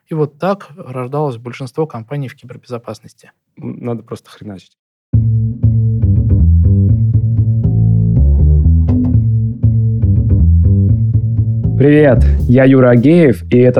И вот так рождалось большинство компаний в кибербезопасности. Надо просто хреначить. Привет, я Юра Агеев, и это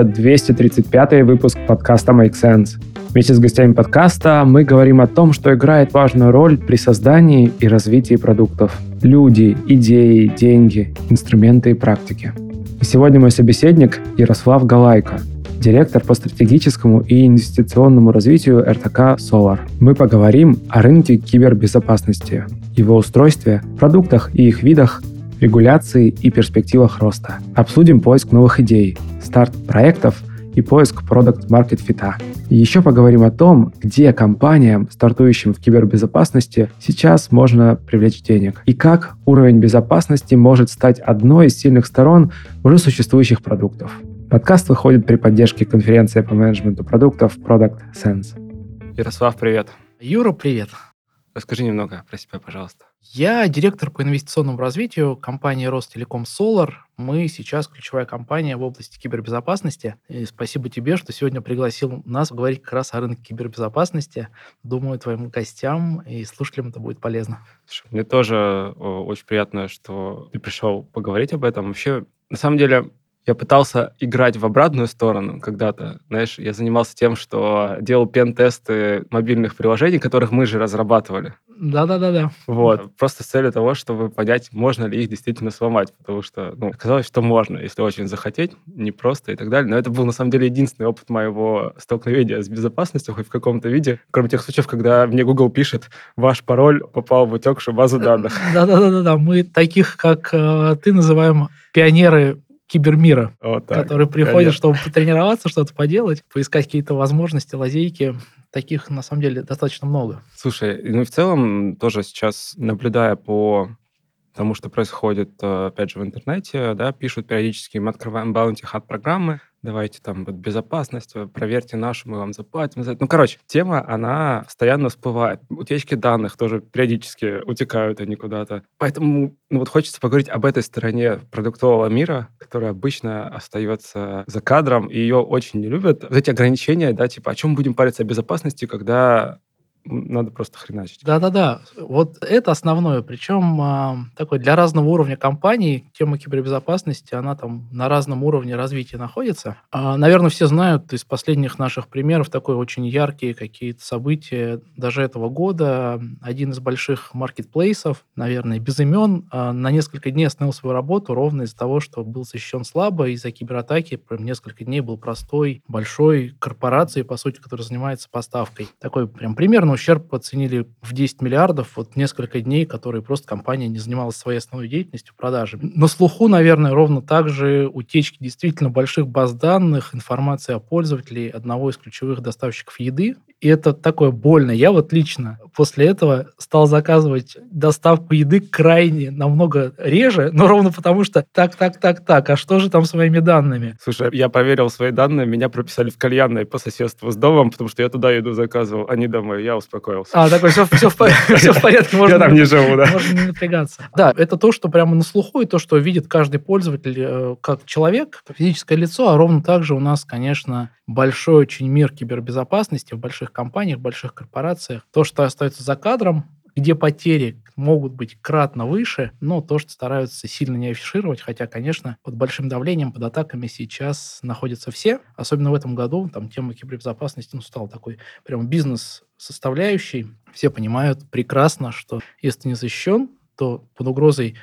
235-й выпуск подкаста Make Sense. Вместе с гостями подкаста мы говорим о том, что играет важную роль при создании и развитии продуктов. Люди, идеи, деньги, инструменты и практики. И сегодня мой собеседник Ярослав Галайко, директор по стратегическому и инвестиционному развитию РТК Solar. Мы поговорим о рынке кибербезопасности, его устройстве, продуктах и их видах, регуляции и перспективах роста. Обсудим поиск новых идей, старт проектов и поиск продакт-маркет-фита. И еще поговорим о том, где компаниям, стартующим в кибербезопасности, сейчас можно привлечь денег. И как уровень безопасности может стать одной из сильных сторон уже существующих продуктов. Подкаст выходит при поддержке конференции по менеджменту продуктов Product Sense. Ярослав, привет. Юра, привет. Расскажи немного про себя, пожалуйста. Я директор по инвестиционному развитию компании Ростелеком Solar. Мы сейчас ключевая компания в области кибербезопасности. И спасибо тебе, что сегодня пригласил нас говорить как раз о рынке кибербезопасности. Думаю, твоим гостям и слушателям это будет полезно. Слушай, мне тоже очень приятно, что ты пришел поговорить об этом. Вообще, на самом деле, я пытался играть в обратную сторону когда-то. Знаешь, я занимался тем, что делал пен-тесты мобильных приложений, которых мы же разрабатывали. Да. Вот. Просто с целью того, чтобы понять, можно ли их действительно сломать. Потому что, оказалось, что можно, если очень захотеть, непросто и так далее. Но это был, на самом деле, единственный опыт моего столкновения с безопасностью хоть в каком-то виде. Кроме тех случаев, когда мне Google пишет, ваш пароль попал в утекшую базу данных. Да. Мы таких, как ты, называем пионеры кибермира, Вот так. которые приходят, чтобы потренироваться, что-то поделать, поискать какие-то возможности, лазейки. Таких, на самом деле, достаточно много. Слушай, в целом тоже сейчас, наблюдая по тому, что происходит, опять же, в интернете, да, пишут периодически, мы открываем баунти-хат-программы, давайте там вот безопасность, проверьте нашу, мы вам заплатим за это. Тема, она постоянно всплывает. Утечки данных тоже периодически утекают они куда-то. Поэтому, хочется поговорить об этой стороне продуктового мира, которая обычно остается за кадром, и ее очень не любят. Вот эти ограничения, да, типа, о чем будем париться о безопасности, когда надо просто хреначить. Да. Вот это основное. Причем такой для разного уровня компаний тема кибербезопасности, она там на разном уровне развития находится. Наверное, все знают из последних наших примеров такой очень яркие какие-то события даже этого года. Один из больших маркетплейсов, наверное, без имен, на несколько дней остановил свою работу ровно из-за того, что был защищен слабо, из-за кибератаки. Прям несколько дней был простой, большой корпорацией, по сути, которая занимается поставкой. Такой прям примерно ущерб оценили в 10 миллиардов, вот несколько дней, которые просто компания не занималась своей основной деятельностью, продажи. На слуху, наверное, ровно так же утечки действительно больших баз данных, информации о пользователе одного из ключевых доставщиков еды. И это такое больно. Я вот лично после этого стал заказывать доставку еды крайне намного реже, но ровно потому что так, а что же там с моими данными? Слушай, я проверил свои данные, меня прописали в кальянной по соседству с домом, потому что я туда еду заказывал, а не домой. Я успокоился. Такой, все в порядке. Я там не живу, да. Можно не напрягаться. Да, это то, что прямо на слуху, и то, что видит каждый пользователь как человек, как физическое лицо, а ровно так же у нас, конечно, большой очень мир кибербезопасности в больших компаниях, в больших корпорациях. То, что остается за кадром, где потери могут быть кратно выше, но то, что стараются сильно не афишировать, хотя, конечно, под большим давлением, под атаками сейчас находятся все. Особенно в этом году там тема кибербезопасности стала такой прям бизнес-составляющей. Все понимают прекрасно, что если ты не защищен, то под угрозой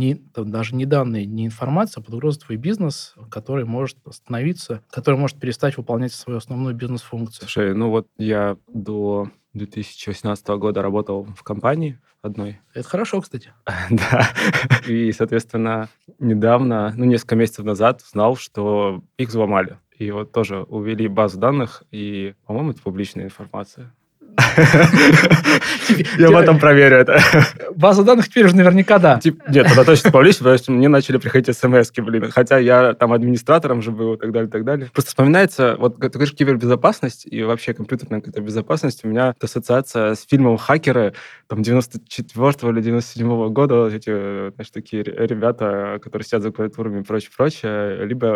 даже не данные, не информация, а под угрозой твой бизнес, который может остановиться, который может перестать выполнять свою основную бизнес-функцию. Слушай, я до 2018 года работал в компании одной. Это хорошо, кстати. Да. И, соответственно, недавно, несколько месяцев назад узнал, что их взломали. И вот тоже увели базу данных, и, по-моему, это публичная информация. Я потом проверю это. База данных теперь уже наверняка да. Нет, тогда точно публично, потому что мне начали приходить смс-ки, хотя я там администратором же был и так далее, и так далее. Просто вспоминается, вот ты говоришь, кибербезопасность и вообще компьютерная какая-то безопасность, у меня ассоциация с фильмом «Хакеры», там, 94-го или 97-го года, эти, знаешь, такие ребята, которые сидят за клавиатурами и прочее, либо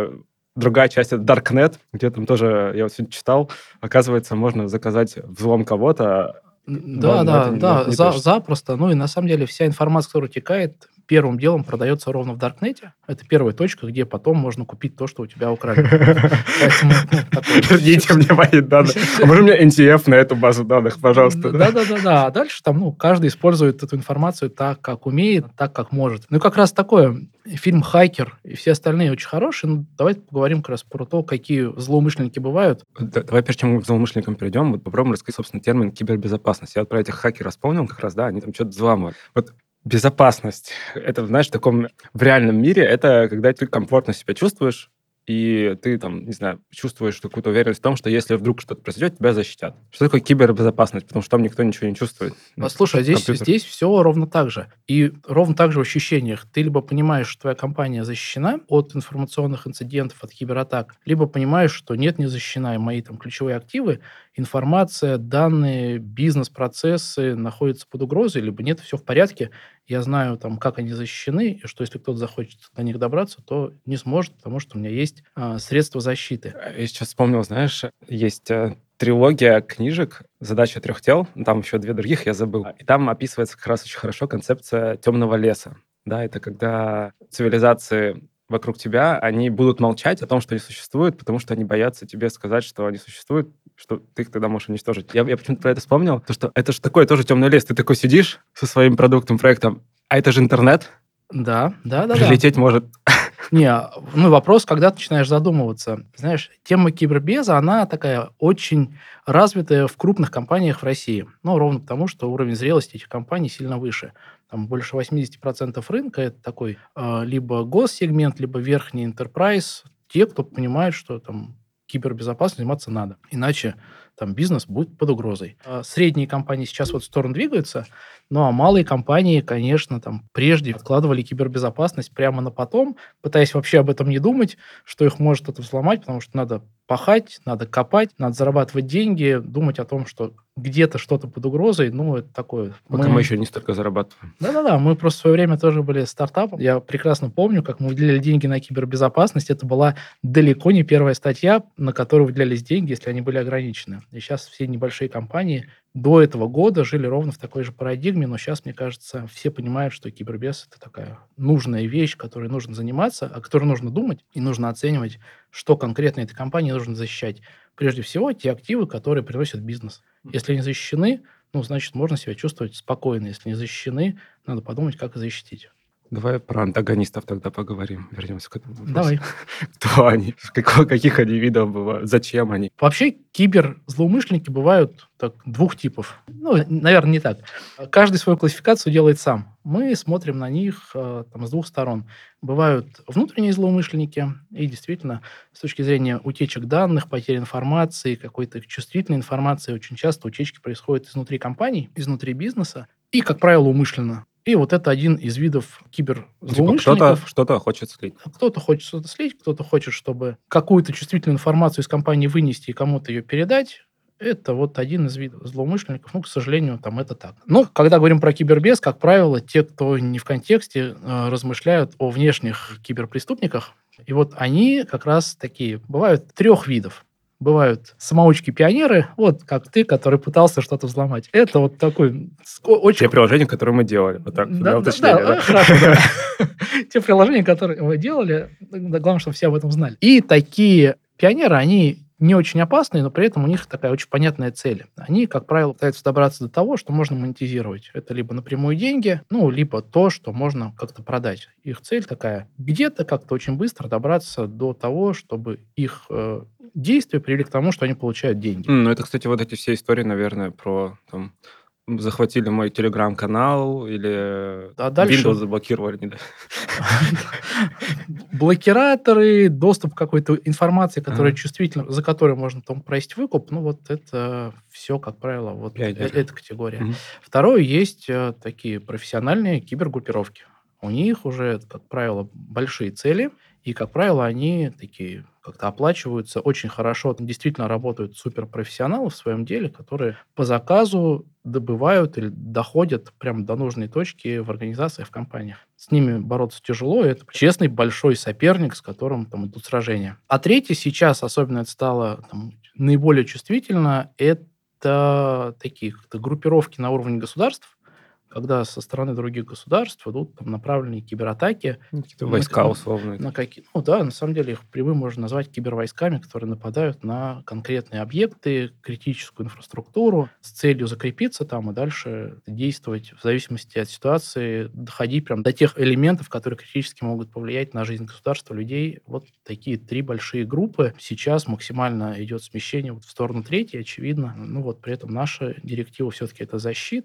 другая часть — это Darknet, где там тоже, я вот сегодня читал, оказывается, можно заказать взлом кого-то, Да, но это да, но это да, не точно. запросто. Ну и на самом деле вся информация, которая утекает, первым делом продается ровно в Даркнете. Это первая точка, где потом можно купить то, что у тебя украли. Поэтому, ну, такое... Верните мне мои данные. А можно мне NTF на эту базу данных, пожалуйста? Да? Да-да-да. А дальше там, ну, каждый использует эту информацию так, как умеет, так, как может. Ну, и как раз такое. Фильм «Хакер» и все остальные очень хорошие. Ну, давайте поговорим как раз про то, какие злоумышленники бывают. Давай, прежде чем мы к злоумышленникам перейдем, вот попробуем рассказать, собственно, термин кибербезопасность. Я вот про этих хакеров вспомнил как раз, да, они там что-то взламывают. Вот безопасность, это, знаешь, в реальном мире, это когда ты комфортно себя чувствуешь, и ты там, не знаю, чувствуешь какую-то уверенность в том, что если вдруг что-то произойдет, тебя защитят. Что такое кибербезопасность? Потому что там никто ничего не чувствует. Слушай, Компьютер. здесь все ровно так же. И ровно так же в ощущениях. Ты либо понимаешь, что твоя компания защищена от информационных инцидентов, от кибератак, либо понимаешь, что нет, не защищена, и мои там ключевые активы, информация, данные, бизнес-процессы находятся под угрозой, либо нет, все в порядке. Я знаю, там, как они защищены, и что если кто-то захочет до них добраться, то не сможет, потому что у меня есть средства защиты. Я сейчас вспомнил, знаешь, есть трилогия книжек «Задача трех тел», там еще две других, я забыл. И там описывается как раз очень хорошо концепция темного леса. Да, это когда цивилизации вокруг тебя, они будут молчать о том, что они существуют, потому что они боятся тебе сказать, что они существуют, что ты их тогда можешь уничтожить. Я почему-то про это вспомнил, то, что это же такой тоже темный лес. Ты такой сидишь со своим продуктом, проектом, а это же интернет, Да, да. прилететь может. Не, ну, вопрос, когда ты начинаешь задумываться. Знаешь, тема кибербеза, она такая очень развитая в крупных компаниях в России. Ну, ровно потому, что уровень зрелости этих компаний сильно выше. Там больше 80% рынка – это такой либо госсегмент, либо верхний enterprise. Те, кто понимает, что там кибербезопасностью заниматься надо. Иначе там бизнес будет под угрозой. Средние компании сейчас в эту сторону двигаются, ну, а малые компании, конечно, там прежде откладывали кибербезопасность прямо на потом, пытаясь вообще об этом не думать, что их может это взломать, потому что надо пахать, надо копать, надо зарабатывать деньги, думать о том, что где-то что-то под угрозой, ну, это такое. Пока мы еще не столько зарабатываем. Да-да-да, мы просто в свое время тоже были стартапом. Я прекрасно помню, как мы выделяли деньги на кибербезопасность. Это была далеко не первая статья, на которую выделялись деньги, если они были ограничены. И сейчас все небольшие компании до этого года жили ровно в такой же парадигме, но сейчас, мне кажется, все понимают, что кибербез — это такая нужная вещь, которой нужно заниматься, о которой нужно думать и нужно оценивать, что конкретно этой компании нужно защищать. Прежде всего, те активы, которые приносят бизнес. Если они защищены, ну, значит, можно себя чувствовать спокойно. Если не защищены, надо подумать, как их защитить. Давай про антагонистов тогда поговорим. Вернемся к этому вопросу. Давай. Кто они? Каких они видов бывают? Зачем они? Вообще, киберзлоумышленники бывают так, двух типов. Ну, наверное, не так. Каждый свою классификацию делает сам. Мы смотрим на них там, с двух сторон. Бывают внутренние злоумышленники, и действительно, с точки зрения утечек данных, потери информации, какой-то чувствительной информации, очень часто утечки происходят изнутри компаний, изнутри бизнеса, и, как правило, умышленно. И вот это один из видов киберзлоумышленников. Типа кто-то хочет слить. Кто-то хочет что-то слить, кто-то хочет, чтобы какую-то чувствительную информацию из компании вынести и кому-то ее передать. Это вот один из видов злоумышленников. Ну, к сожалению, там это так. Но когда говорим про кибербез, как правило, те, кто не в контексте, размышляют о внешних киберпреступниках. И вот они как раз такие. Бывают трех видов. Бывают самоучки-пионеры, вот как ты, который пытался что-то взломать. Это вот такой очень... Те приложения, которые мы делали. Вот так, для уточнения. Да. Хорошо, да. Те приложения, которые вы делали, главное, чтобы все об этом знали. И такие пионеры, они не очень опасные, но при этом у них такая очень понятная цель. Они, как правило, пытаются добраться до того, что можно монетизировать. Это либо напрямую деньги, ну, либо то, что можно как-то продать. Их цель такая: где-то как-то очень быстро добраться до того, чтобы их действия привели к тому, что они получают деньги. Ну, это, кстати, вот эти все истории, наверное, про там, захватили мой телеграм-канал или дальше... Windows заблокировали. Не Блокираторы, доступ к какой-то информации, которая чувствительна, за которую можно там просить выкуп, ну, вот это все, как правило, вот эта категория. Второе, есть такие профессиональные кибергруппировки. У них уже, как правило, большие цели, и, как правило, они такие как-то оплачиваются очень хорошо. Там действительно работают суперпрофессионалы в своем деле, которые по заказу добывают или доходят прямо до нужной точки в организациях, в компаниях. С ними бороться тяжело, и это честный большой соперник, с которым там идут сражения. А третье сейчас, особенно это стало там, наиболее чувствительно, это такие как-то группировки на уровне государств, когда со стороны других государств идут там направленные кибератаки Ну, какие-то на, войска условные. на какие... Ну да, на самом деле их прямым можно назвать кибервойсками, которые нападают на конкретные объекты, критическую инфраструктуру с целью закрепиться там и дальше действовать в зависимости от ситуации, доходить прям до тех элементов, которые критически могут повлиять на жизнь государства, людей. Вот такие три большие группы. Сейчас максимально идет смещение вот в сторону третьей, очевидно. Ну вот при этом наша директива все-таки это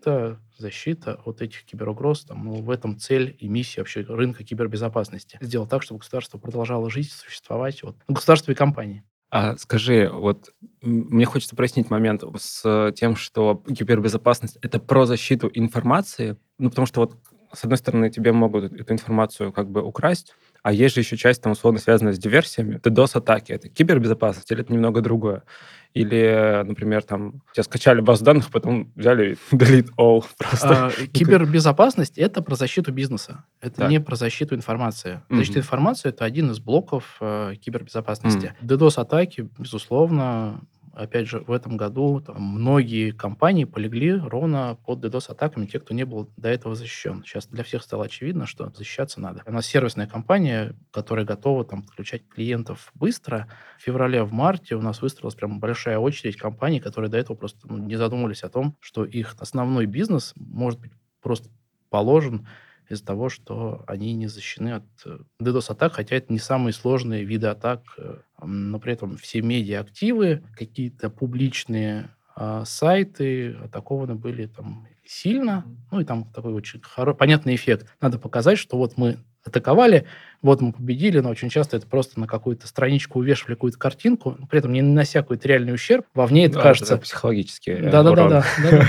защита от этих киберугроз. Там, ну, в этом цель и миссия вообще рынка кибербезопасности. Сделать так, чтобы государство продолжало жить, существовать. Вот. Государство и компании. А скажи, вот мне хочется прояснить момент с тем, что кибербезопасность — это про защиту информации. Ну, потому что вот, с одной стороны, тебе могут эту информацию как бы украсть, а есть же еще часть, там, условно, связанная с диверсиями. DDoS-атаки — это кибербезопасность или это немного другое? Или, например, там, тебя скачали базу данных, потом взяли и delete all просто. Кибербезопасность — это про защиту бизнеса. Это Так. не про защиту информации. Мгм. Защита информации — это один из блоков кибербезопасности. DDoS-атаки, безусловно, опять же, в этом году там, многие компании полегли ровно под DDoS-атаками, те, кто не был до этого защищен. Сейчас для всех стало очевидно, что защищаться надо. У нас сервисная компания, которая готова там, подключать клиентов быстро. В феврале, в марте у нас выстроилась прям большая очередь компаний, которые до этого просто не задумывались о том, что их основной бизнес может быть просто положен из-за того, что они не защищены от DDoS-атак, хотя это не самые сложные виды атак, но при этом все медиа-активы, какие-то публичные сайты атакованы были там сильно, ну и там такой очень понятный эффект. Надо показать, что вот мы атаковали, вот мы победили, но очень часто это просто на какую-то страничку увешивали какую-то картинку, при этом не нанося какой-то реальный ущерб. Вовне это Да, кажется... это психологический урон. Да-да-да.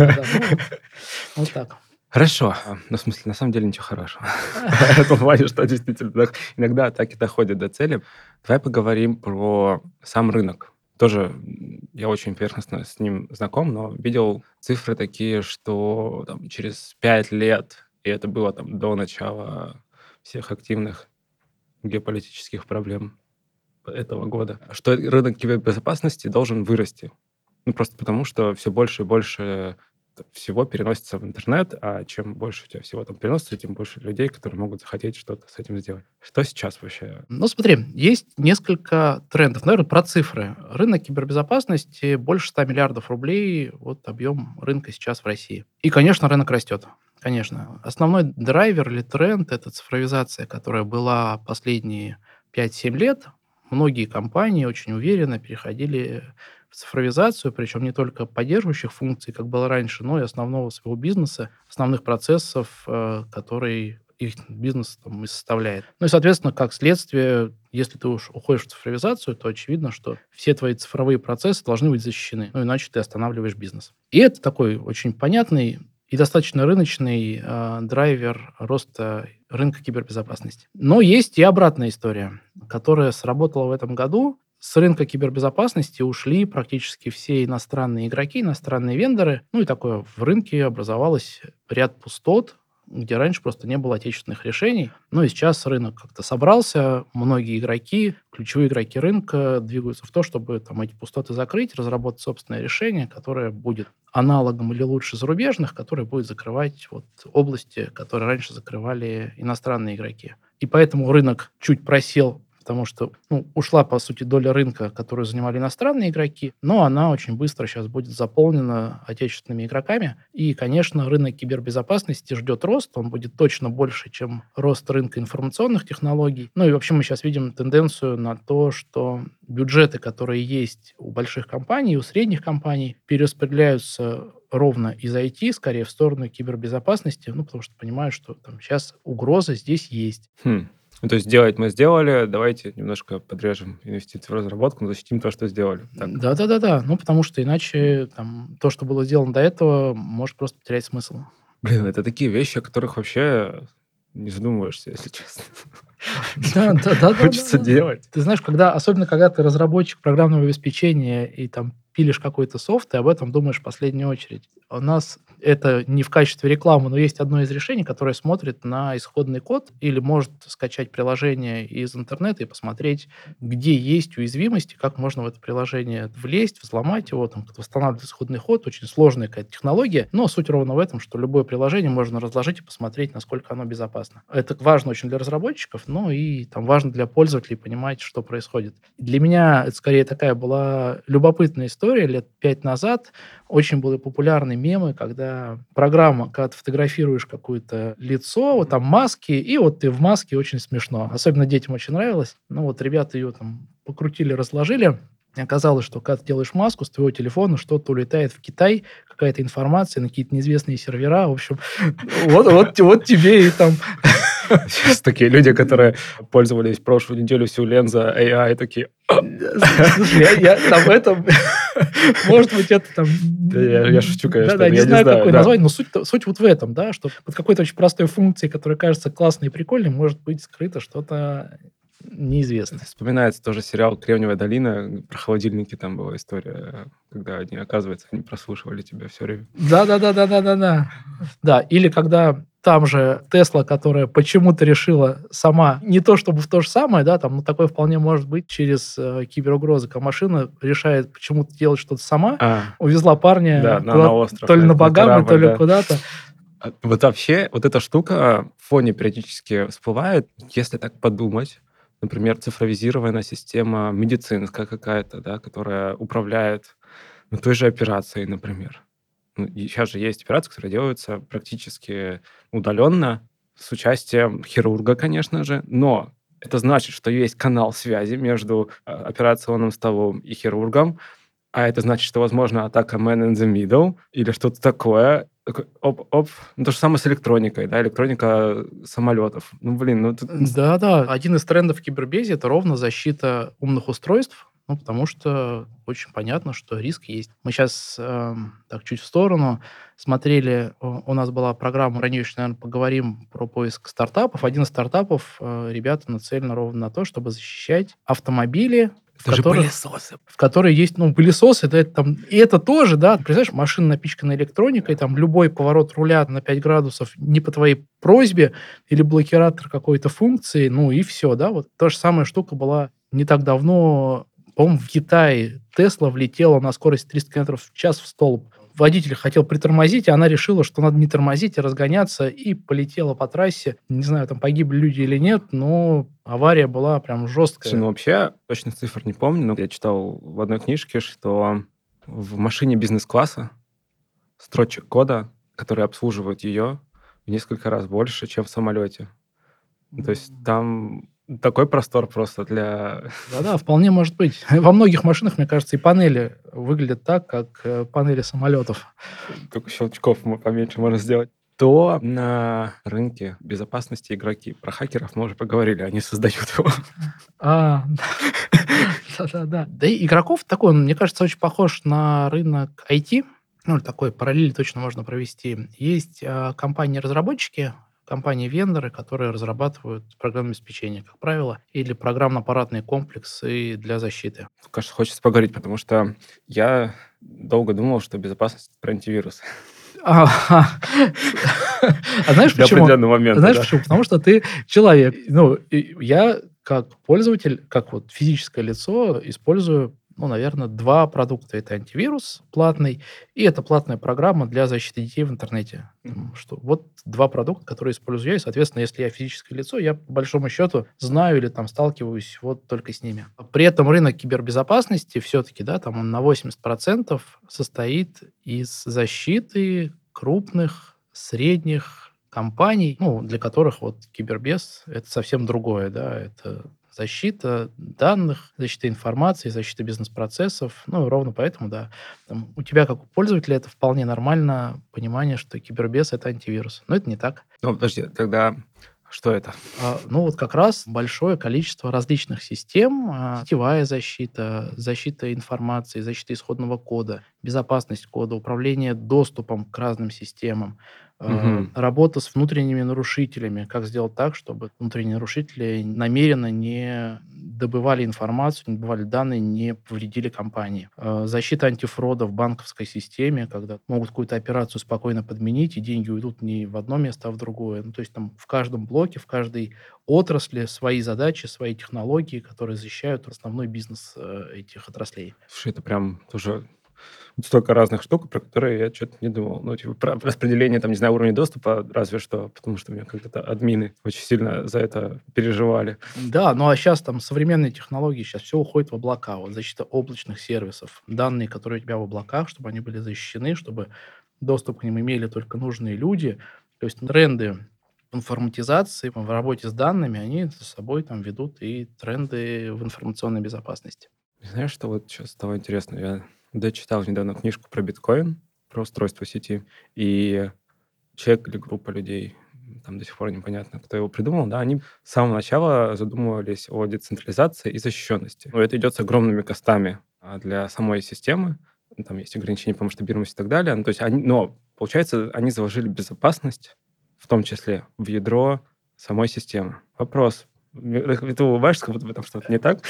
Ну, вот так. Хорошо. Ну, в смысле, на самом деле ничего хорошего. В том плане, что действительно иногда атаки доходят до цели. Давай поговорим про сам рынок. Тоже я очень поверхностно с ним знаком, но видел цифры такие, что там, через 5 лет, и это было там до начала всех активных геополитических проблем этого года, что рынок кибербезопасности должен вырасти. Ну, просто потому, что все больше и больше всего переносится в интернет, а чем больше у тебя всего там переносится, тем больше людей, которые могут захотеть что-то с этим сделать. Что сейчас вообще? Ну, смотри, есть несколько трендов. Наверное, про цифры. Рынок кибербезопасности больше 100 миллиардов рублей, вот объем рынка сейчас в России. И, конечно, рынок растет. Конечно. Основной драйвер или тренд — это цифровизация, которая была последние 5-7 лет. Многие компании очень уверенно переходили в цифровизацию, причем не только поддерживающих функций, как было раньше, но и основного своего бизнеса, основных процессов, которые их бизнес там, и составляет. Ну и, соответственно, как следствие, если ты уж уходишь в цифровизацию, то очевидно, что все твои цифровые процессы должны быть защищены, ну иначе ты останавливаешь бизнес. И это такой очень понятный и достаточно рыночный драйвер роста рынка кибербезопасности. Но есть и обратная история, которая сработала в этом году. С рынка кибербезопасности ушли практически все иностранные игроки, иностранные вендоры. Ну и такое в рынке образовалось ряд пустот, где раньше просто не было отечественных решений. Ну и сейчас рынок как-то собрался, многие игроки, ключевые игроки рынка двигаются в то, чтобы там, эти пустоты закрыть, разработать собственное решение, которое будет аналогом или лучше зарубежных, которое будет закрывать вот области, которые раньше закрывали иностранные игроки. И поэтому рынок чуть просел, потому что ушла, по сути, доля рынка, которую занимали иностранные игроки, но она очень быстро сейчас будет заполнена отечественными игроками. И, конечно, рынок кибербезопасности ждет рост, он будет точно больше, чем рост рынка информационных технологий. Ну и вообще мы сейчас видим тенденцию на то, что бюджеты, которые есть у больших компаний, у средних компаний, перераспределяются ровно из IT, скорее в сторону кибербезопасности, потому что понимают, что там сейчас угроза здесь есть. Ну, то есть делать мы сделали, давайте немножко подрежем инвестиции в разработку, но защитим то, что сделали. Так. Да. Потому что иначе там, то, что было сделано до этого, может просто потерять смысл. Блин, это такие вещи, о которых вообще не задумываешься, если честно. Да, да, да, да, Хочется да, да. делать. Ты знаешь, особенно когда ты разработчик программного обеспечения и там пилишь какой-то софт, ты об этом думаешь в последнюю очередь. У нас это не в качестве рекламы, но есть одно из решений, которое смотрит на исходный код или может скачать приложение из интернета и посмотреть, где есть уязвимости, как можно в это приложение влезть, взломать его, там, как-то восстанавливать исходный код. Очень сложная какая-то технология, но суть ровно в этом, что любое приложение можно разложить и посмотреть, насколько оно безопасно. Это важно очень для разработчиков, но и там важно для пользователей понимать, что происходит. Для меня это скорее такая была любопытная история лет 5 назад. Очень были популярны мемы, когда программа, когда ты фотографируешь какое-то лицо, вот там маски, и вот ты в маске, очень смешно. Особенно детям очень нравилось. Ну вот ребята ее там покрутили, разложили. И оказалось, что когда ты делаешь маску, с твоего телефона что-то улетает в Китай, какая-то информация на какие-то неизвестные сервера. В общем, вот тебе и там. Сейчас такие люди, которые пользовались прошлую неделю всю Ленза AI, такие, Слушай, я там это, может быть, это там... да я шучу, конечно, Да-да, но не я не знаю, знаю, какое да. название, но суть вот в этом, да, что под какой-то очень простой функцией, которая кажется классной и прикольной, может быть скрыто что-то неизвестное. Вспоминается тоже сериал «Кремниевая долина», про холодильники там была история, когда они, оказывается, они прослушивали тебя все время. Да-да-да-да-да-да-да. Да, или когда там же Тесла, которая почему-то решила сама, не то чтобы в то же самое, да, там, но такое вполне может быть через киберугрозы, когда машина решает почему-то делать что-то сама, А, увезла да, парня на куда-то, остров, то ли на на Багамы, то корабль, ли да. куда-то. Вот вообще, вот эта штука в фоне периодически всплывает, если так подумать. Например, цифровизированная система медицинская какая-то, да, которая управляет, ну, той же операцией, например. Ну, и щас же есть операции, которые делаются практически удаленно, с участием хирурга, конечно же, но это значит, что есть канал связи между операционным столом и хирургом, а это значит, что, возможно, атака man in the middle или что-то такое. Такой оп-оп. Ну, то же самое с электроникой, да, электроника самолетов. Ну, блин, ну, тут... Да-да, один из трендов в кибербезе — это ровно защита умных устройств, ну, потому что очень понятно, что риск есть. Мы сейчас, так, чуть в сторону, смотрели, у нас была программа, ранее еще, наверное, поговорим про поиск стартапов. Один из стартапов, ребята нацелены ровно на то, чтобы защищать автомобили, Это же пылесосы. в которой есть, ну, пылесосы, да, это там, и это тоже, да, представляешь, машина напичкана электроникой, там любой поворот руля на 5 градусов не по твоей просьбе или блокиратор какой-то функции, ну и все, да, вот та же самая штука была не так давно, по-моему, в Китае. Тесла влетела на скорость 300 км в час в столб. Водитель хотел притормозить, а она решила, что надо не тормозить, а разгоняться, и полетела по трассе. Не знаю, там погибли люди или нет, но авария была прям Слушай, ну жесткая. вообще, точно цифр не помню, но я читал в одной книжке, что в машине бизнес-класса строчек кода, которые обслуживают ее, в несколько раз больше, чем в самолете. Ну, то есть там такой простор просто для... Да-да, вполне может быть. Во многих машинах, мне кажется, и панели выглядят так, как панели самолетов. Только щелчков поменьше можно сделать. То на рынке безопасности игроки. Про хакеров мы уже поговорили, они создают его. А, да-да-да. Да и игроков такой, он, мне кажется, очень похож на рынок IT. Ну, такой параллель точно можно провести. Есть компании-разработчики, компании-вендоры, которые разрабатывают программное обеспечение, как правило, или программно-аппаратные комплексы для защиты. Кажется, хочется поговорить, потому что я долго думал, что безопасность — это про антивирус. А а знаешь Для почему? определенного момента, Знаешь да. почему? Потому что ты человек. Ну, и я как пользователь, как вот физическое лицо использую, ну, наверное, 2 продукта. Это антивирус платный, и это платная программа для защиты детей в интернете. Что вот 2 продукта, которые использую я, и, соответственно, если я физическое лицо, я, по большому счету, знаю или там сталкиваюсь вот только с ними. При этом рынок кибербезопасности все-таки, да, там он на 80% состоит из защиты крупных, средних компаний, ну, для которых вот кибербез — это совсем другое, да, это защита данных, защита информации, защита бизнес-процессов. Ну, и ровно поэтому, да, там, у тебя, как у пользователя, это вполне нормально понимание, что кибербез — это антивирус. Но это не так. Ну, подожди, тогда что это? Ну, вот как раз большое количество различных систем, сетевая защита, защита информации, защита исходного кода, безопасность кода, управление доступом к разным системам, Мгм. Работа с внутренними нарушителями. Как сделать так, чтобы внутренние нарушители намеренно не добывали информацию, не добывали данные, не повредили компании. Защита антифрода в банковской системе, когда могут какую-то операцию спокойно подменить, и деньги уйдут не в одно место, а в другое. Ну, то есть там в каждом блоке, в каждой отрасли свои задачи, свои технологии, которые защищают основной бизнес этих отраслей. Слушай, это прям тоже столько разных штук, про которые я что-то не думал. Ну, типа, про распределение, там, не знаю, уровня доступа, разве что, потому что у меня как-то админы очень сильно за это переживали. Да, ну а сейчас там современные технологии, сейчас все уходит в облака. Вот защита облачных сервисов, данные, которые у тебя в облаках, чтобы они были защищены, чтобы доступ к ним имели только нужные люди. То есть тренды информатизации в работе с данными, они за собой там ведут и тренды в информационной безопасности. Знаешь, что вот сейчас стало интересно? Я дочитал недавно книжку про биткоин, про устройство сети, и человек или группа людей, там до сих пор непонятно, кто его придумал, да, они с самого начала задумывались о децентрализации и защищенности. Но это идет с огромными костами для самой системы. Ну, там есть ограничения по масштабируемости и так далее. Ну, то есть но, получается, они заложили безопасность, в том числе в ядро самой системы. Вопрос. Ты улыбаешься, как будто в этом что-то не так.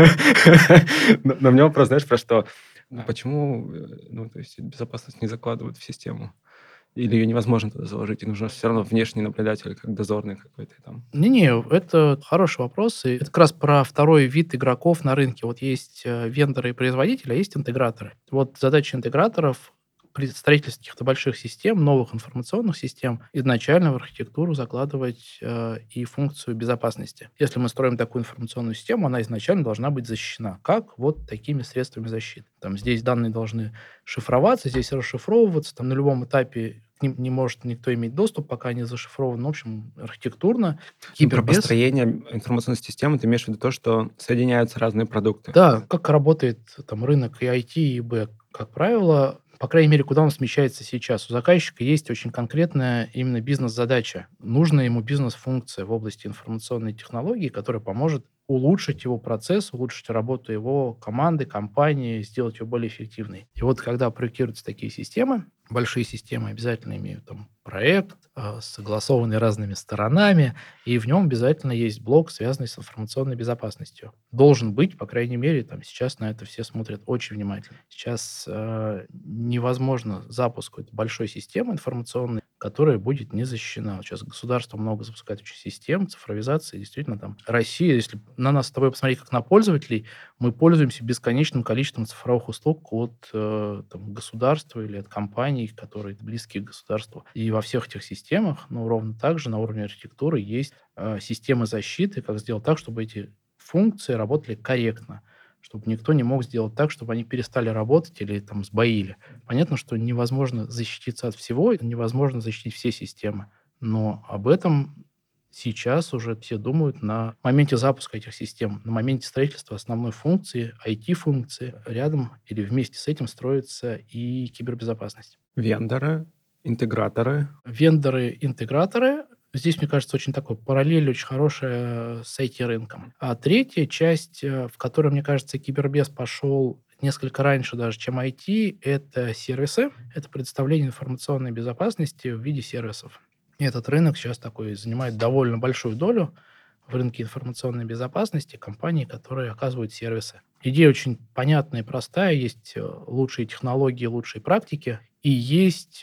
Но у меня вопрос, знаешь, про что? Почему, ну, то есть безопасность не закладывают в систему? Или ее невозможно туда заложить, и нужно все равно внешний наблюдатель, как дозорный какой-то там? Не-не, это хороший вопрос. И это как раз про второй вид игроков на рынке. Вот есть вендоры и производители, а есть интеграторы. Вот задача интеграторов при строительстве каких-то больших систем, новых информационных систем, изначально в архитектуру закладывать и функцию безопасности. Если мы строим такую информационную систему, она изначально должна быть защищена. Как? Вот такими средствами защиты. Там здесь данные должны шифроваться, здесь расшифровываться, там на любом этапе к ним не может никто иметь доступ, пока не зашифрован. В общем, архитектурно Ну, про кибербез. построение информационной системы ты имеешь в виду то, что соединяются разные продукты? Да, как работает там рынок и IT, и Б. Как правило, по крайней мере, куда он смещается сейчас. У заказчика есть очень конкретная именно бизнес-задача. Нужна ему бизнес-функция в области информационной технологии, которая поможет улучшить его процесс, улучшить работу его команды, компании, сделать ее более эффективной. И вот когда проектируются такие системы, большие системы обязательно имеют там проект, согласованный разными сторонами, и в нем обязательно есть блок, связанный с информационной безопасностью. Должен быть, по крайней мере, там сейчас на это все смотрят очень внимательно. Сейчас невозможно запуск какой-то большой системы информационной, которая будет не защищена. Вот сейчас государство много запускает очень систем, цифровизации. Действительно, там Россия, если на нас с тобой посмотреть как на пользователей, мы пользуемся бесконечным количеством цифровых услуг от там, государства или от компаний, которые близки к государству. И во всех этих системах, ну, ровно так же на уровне архитектуры есть системы защиты, как сделать так, чтобы эти функции работали корректно, чтобы никто не мог сделать так, чтобы они перестали работать или там сбоили. Понятно, что невозможно защититься от всего, невозможно защитить все системы, но об этом сейчас уже все думают на моменте запуска этих систем, на моменте строительства основной функции, IT-функции. Рядом или вместе с этим строится и кибербезопасность. Вендоры, интеграторы. Вендоры-интеграторы. Здесь, мне кажется, очень такой параллель очень хорошая с IT-рынком. А третья часть, в которой, мне кажется, кибербез пошел несколько раньше даже, чем IT, это сервисы. Это предоставление информационной безопасности в виде сервисов. И этот рынок сейчас такой занимает довольно большую долю в рынке информационной безопасности компаний, которые оказывают сервисы. Идея очень понятная и простая. Есть лучшие технологии, лучшие практики, и есть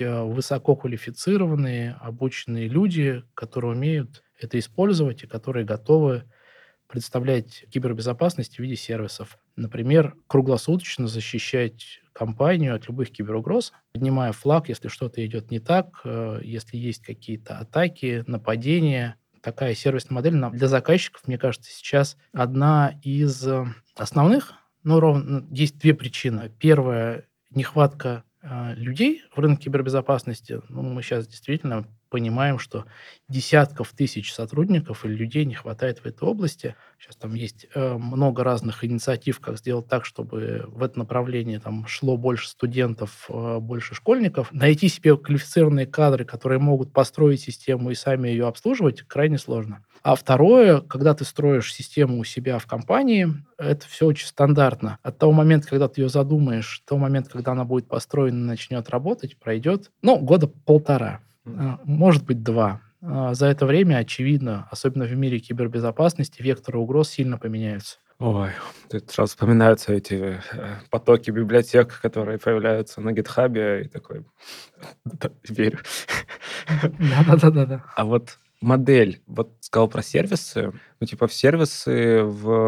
высококвалифицированные, обученные люди, которые умеют это использовать и которые готовы представлять кибербезопасность в виде сервисов. Например, круглосуточно защищать компанию от любых киберугроз, поднимая флаг, если что-то идет не так, если есть какие-то атаки, нападения. Такая сервисная модель для заказчиков, мне кажется, сейчас одна из основных. Ну, ровно есть две причины. Первая — нехватка людей в рынке кибербезопасности. Ну, мы сейчас действительно понимаем, что десятков тысяч сотрудников или людей не хватает в этой области. Сейчас там есть много разных инициатив, как сделать так, чтобы в это направление там шло больше студентов, больше школьников. Найти себе квалифицированные кадры, которые могут построить систему и сами ее обслуживать, крайне сложно. А второе, когда ты строишь систему у себя в компании, это все очень стандартно. От того момента, когда ты ее задумаешь, до того момента, когда она будет построена и начнет работать, пройдет, ну, года полтора. Может быть, 2. За это время, очевидно, особенно в мире кибербезопасности, векторы угроз сильно поменяются. Ой, тут сразу вспоминаются эти потоки библиотек, которые появляются на гитхабе, и такой, да, верю. Да-да-да-да-да. А вот модель, вот сказал про сервисы, ну, типа, в сервисы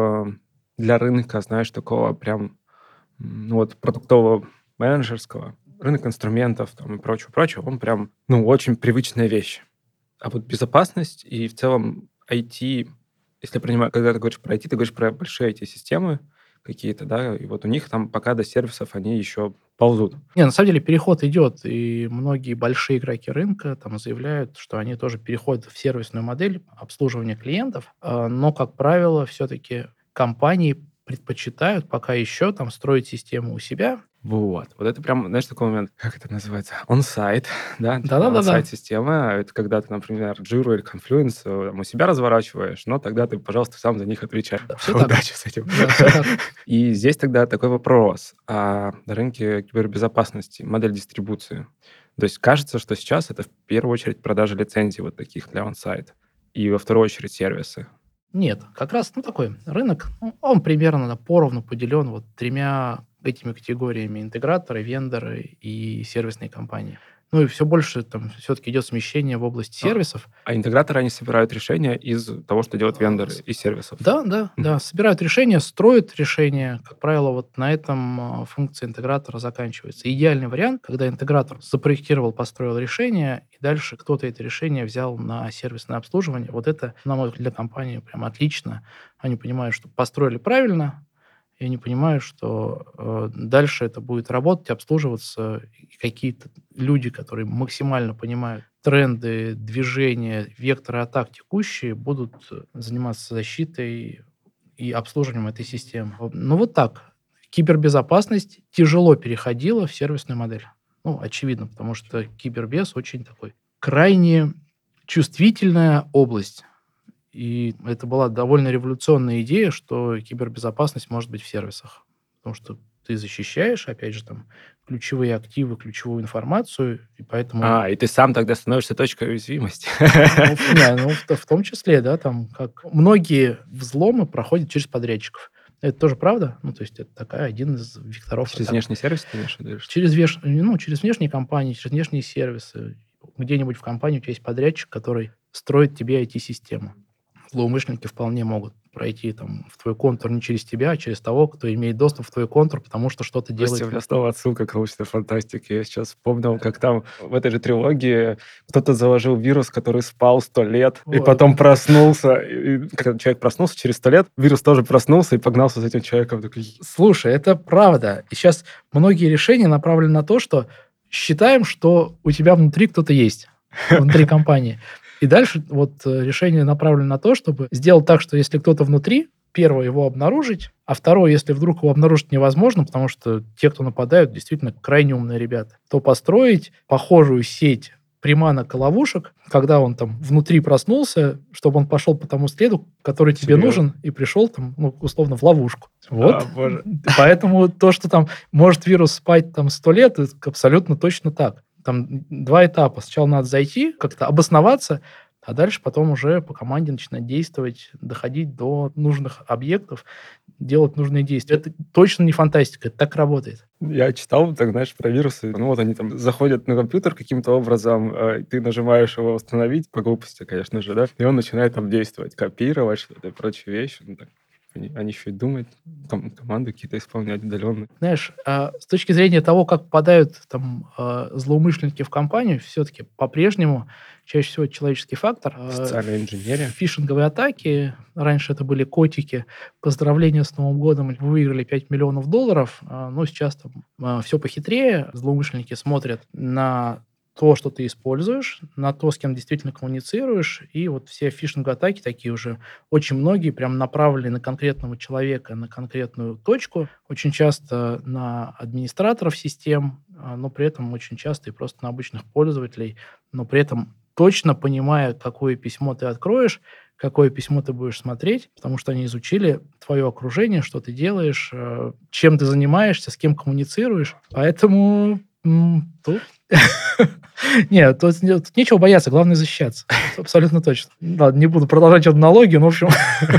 для рынка, знаешь, такого прям, ну, вот продуктового менеджерского, рынок инструментов там и прочего, он прям, ну, очень привычная вещь. А вот безопасность и в целом IT, если я понимаю, когда ты говоришь про IT, ты говоришь про большие IT-системы какие-то, да, и вот у них там пока до сервисов они еще ползут. Не, на самом деле переход идет, и многие большие игроки рынка там заявляют, что они тоже переходят в сервисную модель обслуживания клиентов, но, как правило, все-таки компании предпочитают пока еще там строить систему у себя. Вот это прям, знаешь, такой момент, как это называется, on-site, да, типа Да-да-да-да. on-site система, это когда ты, например, Jira или Confluence там у себя разворачиваешь, но тогда ты, пожалуйста, сам за них отвечаешь. Да, все так. Удачи с этим. Да, все так. И здесь тогда такой вопрос. А на рынке кибербезопасности модель дистрибуции. То есть кажется, что сейчас это в первую очередь продажа лицензий вот таких для on-site, и во вторую очередь сервисы. Нет, как раз такой рынок, он примерно поровну поделен вот 3 этими категориями: интеграторы, вендоры и сервисные компании. Ну и все больше там все-таки идет смещение в области А, сервисов. а интеграторы, они собирают решения из того, что делают А, вендоры из сервисов. Да, да, да, Мгм. собирают решения, строят решения. Как правило, вот на этом функция интегратора заканчивается. Идеальный вариант, когда интегратор запроектировал, построил решение, и дальше кто-то это решение взял на сервисное обслуживание. Вот это, на мой взгляд, для компании прям отлично. Они понимают, что построили правильно, и они понимают, что дальше это будет работать, обслуживаться, и какие-то люди, которые максимально понимают тренды, движения, векторы атак текущие, будут заниматься защитой и обслуживанием этой системы. Ну, вот так. Кибербезопасность тяжело переходила в сервисную модель. Ну, очевидно, потому что кибербез очень такой крайне чувствительная область. И это была довольно революционная идея, что кибербезопасность может быть в сервисах. Потому что ты защищаешь, опять же, там, ключевые активы, ключевую информацию, и поэтому, И ты сам тогда становишься точкой уязвимости. в том числе, да, там, как многие взломы проходят через подрядчиков. Это тоже правда? Ну, то есть это такая один из векторов Через атак. внешний сервис ты имеешь в виду или что? Через внешние компании, через внешние сервисы. Где-нибудь в компании у тебя есть подрядчик, который строит тебе IT-систему. Злоумышленники вполне могут пройти там в твой контур не через тебя, а через того, кто имеет доступ в твой контур, потому что что-то Костя, делает. у меня снова отсылка к научной фантастике. Я сейчас вспомнил, как там в этой же трилогии кто-то заложил вирус, который спал 100 лет, и Вот. потом проснулся. И когда человек проснулся, через 100 лет вирус тоже проснулся и погнался за этим человеком. Такой, Слушай, это правда. И сейчас многие решения направлены на то, что считаем, что у тебя внутри кто-то есть, внутри компании. И дальше вот решение направлено на то, чтобы сделать так, что если кто-то внутри, первое, его обнаружить, а второе, если вдруг его обнаружить невозможно, потому что те, кто нападают, действительно крайне умные ребята, то построить похожую сеть приманок и ловушек, когда он там внутри проснулся, чтобы он пошел по тому следу, который тебе серьезно? нужен, и пришел там, ну, условно, в ловушку. Вот. Боже. Поэтому то, что там может вирус спать там 100 лет, это абсолютно точно так. Там 2 этапа. Сначала надо зайти, как-то обосноваться, а дальше потом уже по команде начинать действовать, доходить до нужных объектов, делать нужные действия. Это точно не фантастика, это так работает. Я читал, так знаешь, про вирусы. Ну вот они там заходят на компьютер каким-то образом, ты нажимаешь его установить, по глупости, конечно же, да, и он начинает там действовать, копировать что-то и прочие вещи. Ну, так, они еще и думают, команды какие-то исполнять удаленные. Знаешь, с точки зрения того, как попадают там злоумышленники в компанию, все-таки по-прежнему чаще всего это человеческий фактор. Социальная инженерия. Фишинговые атаки, раньше это были котики, поздравления с Новым годом, вы выиграли 5 миллионов долларов, но сейчас там все похитрее, злоумышленники смотрят на то, что ты используешь, на то, с кем действительно коммуницируешь, и вот все фишинг-атаки такие уже очень многие прям направлены на конкретного человека, на конкретную точку, очень часто на администраторов систем, но при этом очень часто и просто на обычных пользователей, но при этом точно понимая, какое письмо ты откроешь, какое письмо ты будешь смотреть, потому что они изучили твое окружение, что ты делаешь, чем ты занимаешься, с кем коммуницируешь. Поэтому тут Нет, тут нечего бояться, главное защищаться. Абсолютно точно. Ладно, не буду продолжать аналогию, но, в общем...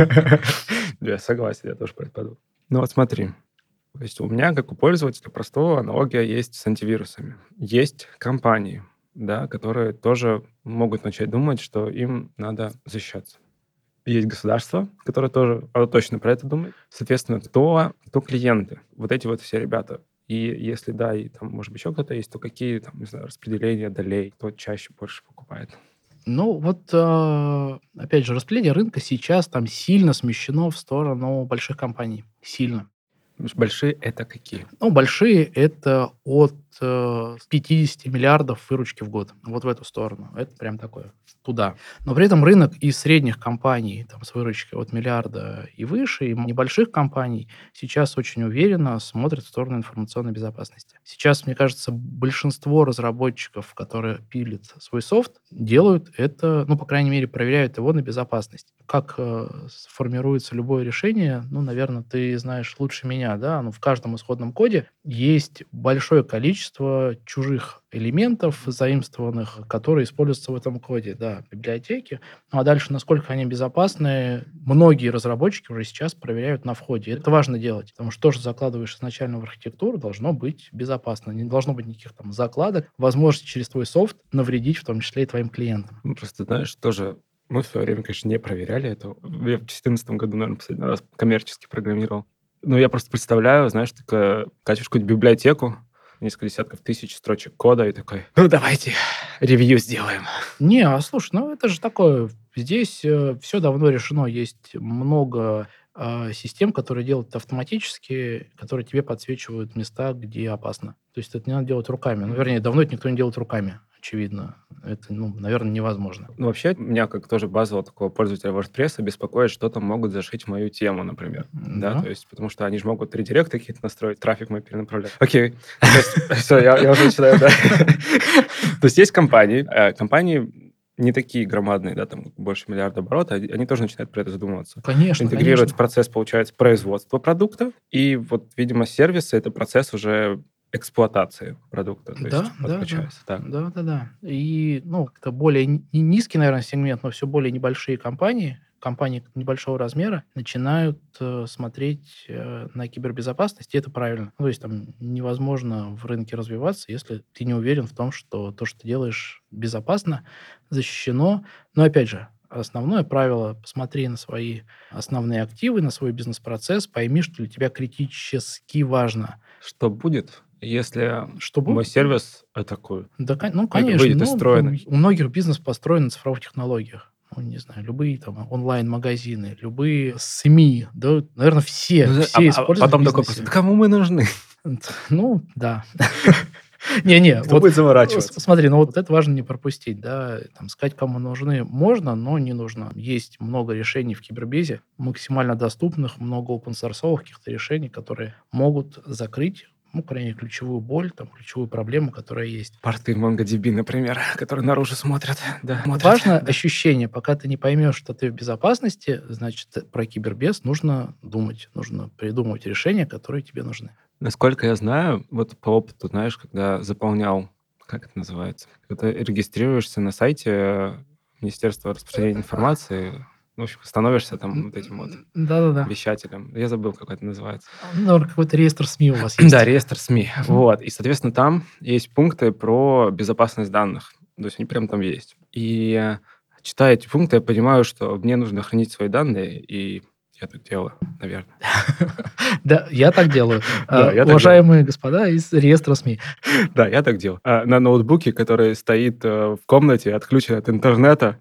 Я согласен, я тоже про это подумал. Ну вот смотри, то есть у меня, как у пользователя простого, аналогия есть с антивирусами. Есть компании, да, которые тоже могут начать думать, что им надо защищаться. Есть государство, которое тоже точно про это думает. Соответственно, кто клиенты? Вот эти вот все ребята. И если да, и там, может быть, еще кто-то есть, то какие там, не знаю, распределения долей, кто чаще больше покупает? Ну, вот, опять же, распределение рынка сейчас там сильно смещено в сторону больших компаний. Сильно. Потому что большие это какие? Ну, большие — это от 50 миллиардов выручки в год. Вот в эту сторону. Это прям такое, туда. Но при этом рынок и средних компаний там, с выручкой от миллиарда и выше, и небольших компаний сейчас очень уверенно смотрят в сторону информационной безопасности. Сейчас, мне кажется, большинство разработчиков, которые пилят свой софт, делают это, ну, по крайней мере, проверяют его на безопасность. Как формируется любое решение, ну, наверное, ты знаешь лучше меня, да, ну, в каждом исходном коде есть большое количество чужих элементов, заимствованных, которые используются в этом коде, да, библиотеки. Ну, а дальше, насколько они безопасны, многие разработчики уже сейчас проверяют на входе. Это важно делать, потому что то, что закладываешь изначально в архитектуру, должно быть безопасно. Не должно быть никаких там закладок, возможности через твой софт навредить, в том числе и твоим клиентам. Ну, просто, знаешь, тоже мы в свое время, конечно, не проверяли это. Я в 2014 году, наверное, последний раз коммерчески программировал. Но я просто представляю, знаешь, такая, качаешь какую-нибудь библиотеку, несколько десятков тысяч строчек кода, и такой, ну, давайте ревью сделаем. Не, а слушай, ну это же такое, здесь все давно решено, есть много систем, которые делают это автоматически, которые тебе подсвечивают места, где опасно. То есть это не надо делать руками. Ну, вернее, давно это никто не делает руками, очевидно. Это, ну, наверное, невозможно. Ну, вообще, меня, как тоже базового такого пользователя WordPress, беспокоит, что там могут зашить в мою тему, например. Да, Да. то есть, потому что они же могут редиректы какие-то настроить, трафик мой перенаправлять. Окей. Все, я уже начинаю, да. То есть есть компании не такие громадные, да, там больше миллиарда оборотов, они тоже начинают про это задумываться. Конечно, Интегрируют конечно. в процесс, получается, производства продукта, и вот, видимо, сервисы — это процесс уже эксплуатации продукта, то есть подключается. Так. Да. И, ну, это более низкий, наверное, сегмент, но все более небольшие компании небольшого размера начинают смотреть на кибербезопасность, и это правильно. Ну, то есть там невозможно в рынке развиваться, если ты не уверен в том, что то, что ты делаешь, безопасно, защищено. Но, опять же, основное правило — посмотри на свои основные активы, на свой бизнес-процесс, пойми, что для тебя критически важно. Что будет, если Что мой будет? сервис атакуют? Да, ну, Это конечно. выйдет из Ну, строя. у многих бизнес построен на цифровых технологиях. Ну, не знаю, любые там онлайн-магазины, любые СМИ, да, наверное, все используют Потом в такой бизнесе. просто, кому мы нужны? Ну, да. Не-не, Кто будет заморачиваться? смотри, ну вот это важно не пропустить, да, там, сказать, кому нужны, можно, но не нужно. Есть много решений в кибербезе, максимально доступных, много open-сорсовых каких-то решений, которые могут закрыть, ну, крайне мере, ключевую боль, там, ключевую проблему, которая есть. Порты MongoDB, например, которые наружу смотрят. Да, Важно ощущение. Пока ты не поймешь, что ты в безопасности, значит, про кибербез нужно думать, нужно придумывать решения, которые тебе нужны. Насколько я знаю, вот по опыту, знаешь, когда заполнял, как это называется, когда регистрируешься на сайте Министерства распространения информации, в общем, становишься там вот этим вот Да-да-да. вещателем. Я забыл, как это называется. Наверное, какой-то реестр СМИ у вас есть. Да, реестр СМИ. Вот. И, соответственно, там есть пункты про безопасность данных. То есть они прям там есть. И читая эти пункты, я понимаю, что мне нужно хранить свои данные, и я так делаю, наверное. Да, я так делаю. Да, я так Уважаемые господа из реестра СМИ. Да, я так делаю. На ноутбуке, который стоит в комнате, отключен от интернета,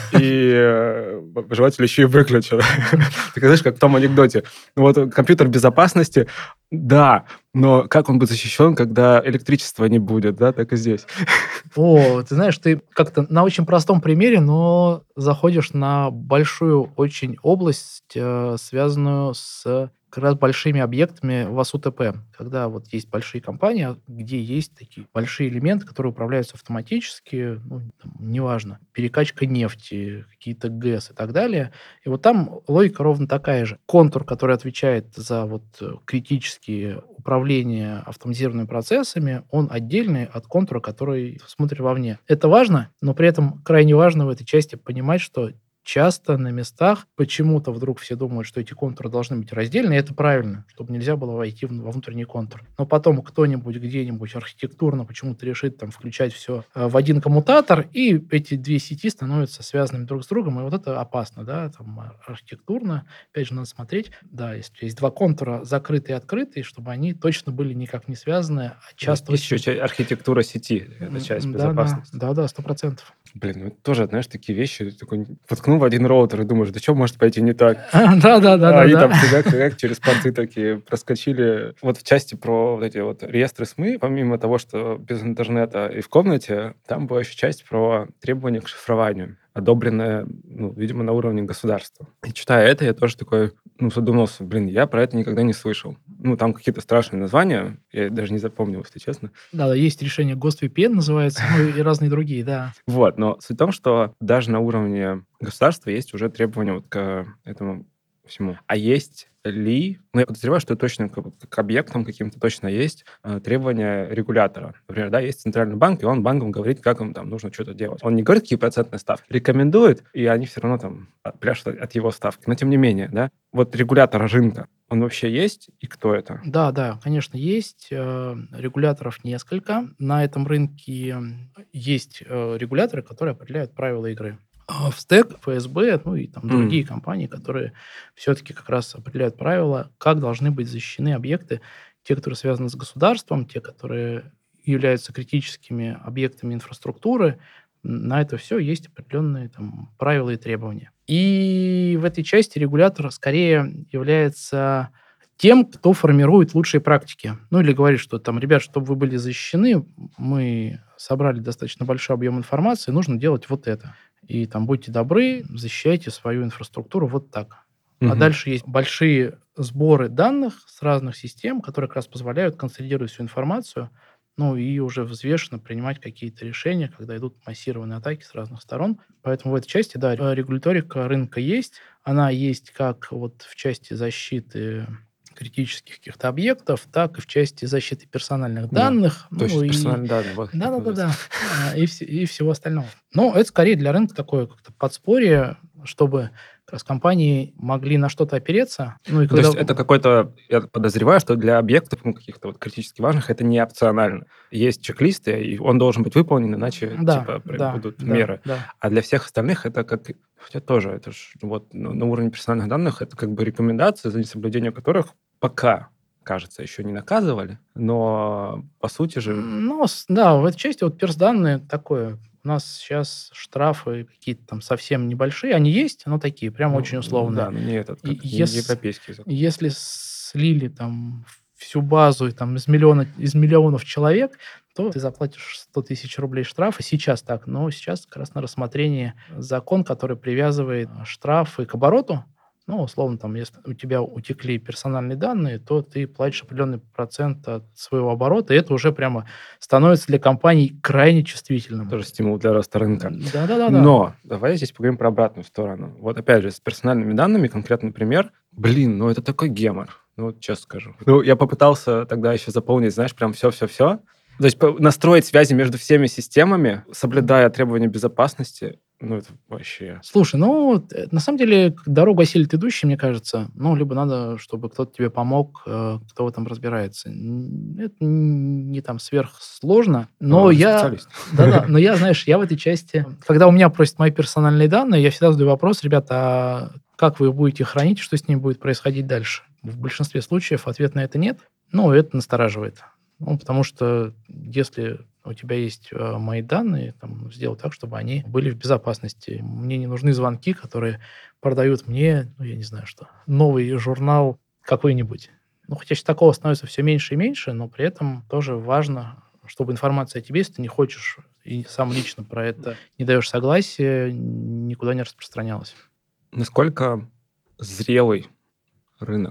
и желательно еще и выключен. Ты знаешь, как в том анекдоте. Вот компьютер безопасности, да, но как он будет защищен, когда электричества не будет, да, так и здесь. О, ты знаешь, ты как-то на очень простом примере, но заходишь на большую очень область, связанную с как раз большими объектами в АСУТП, когда вот есть большие компании, где есть такие большие элементы, которые управляются автоматически, ну, там, неважно, перекачка нефти, какие-то ГЭС и так далее. И вот там логика ровно такая же. Контур, который отвечает за вот критические управления автоматизированными процессами, он отдельный от контура, который смотрит вовне. Это важно, но при этом крайне важно в этой части понимать, что часто на местах почему-то вдруг все думают, что эти контуры должны быть раздельны, и это правильно, чтобы нельзя было войти во внутренний контур. Но потом кто-нибудь где-нибудь архитектурно почему-то решит там включать все в один коммутатор, и эти две сети становятся связанными друг с другом, и вот это опасно, да, там архитектурно, опять же, надо смотреть, да, если есть два контура, закрытые и открытые, чтобы они точно были никак не связаны, а часто Есть еще архитектура сети, это часть Да, безопасности. да, 100%. Блин, ну это тоже, знаешь, такие вещи, ты такой воткнул в один роутер и думаешь, да что может пойти не так? А и там Да. фигак через порты такие проскочили. Вот в части про вот эти вот реестры СМИ, помимо того, что без интернета и в комнате, там была еще часть про требования к шифрованию, одобренная, ну, видимо, на уровне государства. И читая это, я тоже такой, ну, задумался, блин, я про это никогда не слышал. Ну, там какие-то страшные названия, я даже не запомнил, если честно. Да, есть решение GhostVPN называется, ну и разные другие, да. Вот, но суть в том, что даже на уровне государства есть уже требования вот к этому всему. А есть ли, ну, я подозреваю, что точно к объектам каким-то точно есть требования регулятора. Например, да, есть центральный банк, и он банкам говорит, как им там нужно что-то делать. Он не говорит, какие процентные ставки, рекомендует, и они все равно там пляшут от его ставки. Но тем не менее, да, вот регулятор рынка, он вообще есть, и кто это? Да, конечно, есть. Регуляторов несколько. На этом рынке есть регуляторы, которые определяют правила игры. В СТЭК, ФСБ, ну и там другие компании, которые все-таки как раз определяют правила, как должны быть защищены объекты, те, которые связаны с государством, те, которые являются критическими объектами инфраструктуры. На это все есть определенные там правила и требования. И в этой части регулятор скорее является тем, кто формирует лучшие практики. Ну, или говорит, что там, ребят, чтобы вы были защищены, мы собрали достаточно большой объем информации, нужно делать вот это. И там будьте добры, защищайте свою инфраструктуру вот так. А дальше есть большие сборы данных с разных систем, которые как раз позволяют консолидировать всю информацию, ну и уже взвешенно принимать какие-то решения, когда идут массированные атаки с разных сторон. Поэтому в этой части, да, регуляторика рынка есть. Она есть как вот в части защиты критических каких-то объектов, так и в части защиты персональных Да, данных, ну точно, и персональные данные. Вот, да, и всего остального. Но это скорее для рынка такое как-то подспорье, чтобы как раз компании могли на что-то опереться. Ну и То когда... есть это какой-то, я подозреваю, что для объектов, ну, каких-то вот критически важных, это не опционально. Есть чек-листы, и он должен быть выполнен, иначе, типа, будут меры. Да. А для всех остальных это как... Хотя тоже, это ж вот на уровне персональных данных, это как бы рекомендации, за несоблюдение которых пока, кажется, еще не наказывали, но по сути же... Ну, да, в этой части вот перс-данные такое. У нас сейчас штрафы какие-то там совсем небольшие. Они есть, но такие, прям очень условные. Да, но не этот, И как не европейский закон. если слили там всю базу и там из миллионов человек, то ты заплатишь 100 тысяч рублей штрафа. Сейчас так, но сейчас как раз на рассмотрении закон, который привязывает штрафы к обороту. Ну, условно, там, если у тебя утекли персональные данные, то ты платишь определенный процент от своего оборота, и это уже прямо становится для компаний крайне чувствительным. Тоже стимул для роста рынка. Да. Но давай здесь поговорим про обратную сторону. Вот опять же, с персональными данными, конкретный пример. Блин, ну это такой гемор. Ну вот честно скажу. Ну, я попытался тогда еще заполнить, знаешь, прям все-все-все. То есть настроить связи между всеми системами, соблюдая требования безопасности. Ну, это вообще... Слушай, ну, на самом деле, дорогу осилит идущий, мне кажется. Ну, либо надо, чтобы кто-то тебе помог, кто в этом разбирается. Это не там сверхсложно, но я... Специалист. Да, но я, знаешь, я в этой части... Когда у меня просят мои персональные данные, я всегда задаю вопрос, ребята, а как вы их будете хранить, что с ними будет происходить дальше? В большинстве случаев ответ на это нет. Ну, это настораживает. Ну, потому что если у тебя есть мои данные, там, сделать так, чтобы они были в безопасности. Мне не нужны звонки, которые продают мне, ну, я не знаю что, новый журнал какой-нибудь. Ну, хотя сейчас такого становится все меньше и меньше, но при этом тоже важно, чтобы информация о тебе, если ты не хочешь и сам лично про это не даешь согласия, никуда не распространялась. Насколько зрелый рынок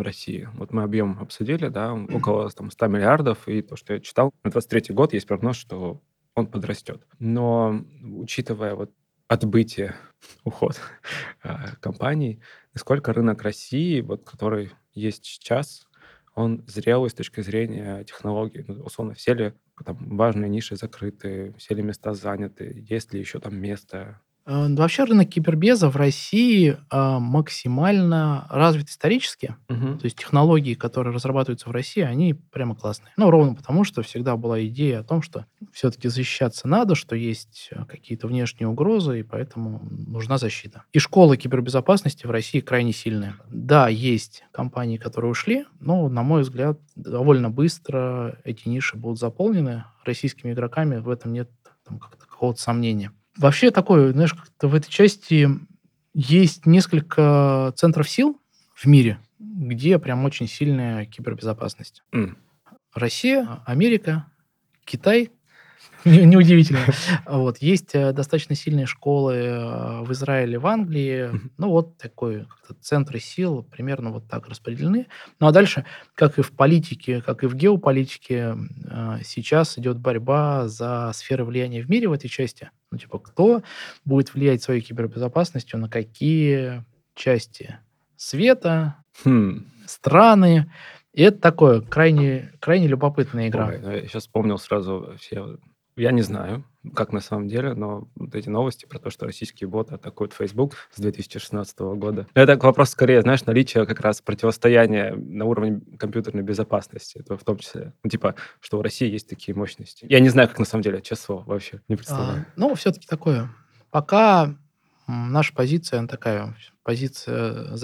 России? Вот мы объем обсудили, да, около там 100 миллиардов, и то, что я читал, на 23 год есть прогноз, что он подрастет. Но учитывая вот отбытие, уход компаний, насколько рынок России, вот который есть сейчас, он зрелый с точки зрения технологий? Ну, условно, все ли там важные ниши закрыты, все ли места заняты, есть ли еще там место? Вообще рынок кибербеза в России, максимально развит исторически. Мгм. То есть технологии, которые разрабатываются в России, они прямо классные. Ну, ровно потому, что всегда была идея о том, что все-таки защищаться надо, что есть какие-то внешние угрозы, и поэтому нужна защита. И школа кибербезопасности в России крайне сильная. Да, есть компании, которые ушли, но, на мой взгляд, довольно быстро эти ниши будут заполнены российскими игроками. В этом нет там, как-то какого-то сомнения. Вообще такое, знаешь, как-то в этой части есть несколько центров сил в мире, где прям очень сильная кибербезопасность. М. Россия, Америка, Китай. Неудивительно. Вот. Есть достаточно сильные школы в Израиле, в Англии. Мгм. Ну, вот такой как-то центры сил примерно вот так распределены. Ну, а дальше, как и в политике, как и в геополитике, сейчас идет борьба за сферы влияния в мире в этой части. Ну, типа, кто будет влиять своей кибербезопасностью на какие части света, Хм. страны. И это такое крайне любопытная игра. Ой, ну я сейчас вспомнил сразу все. Я не знаю, как на самом деле, но вот эти новости про то, что российские боты атакуют Facebook с 2016 года. Это вопрос скорее, знаешь, наличия как раз противостояния на уровне компьютерной безопасности. Это в том числе. Ну, типа, что в России есть такие мощности. Я не знаю, как на самом деле, честное слово, вообще не представляю. Ну, все-таки такое. Пока наша позиция, она такая, позиция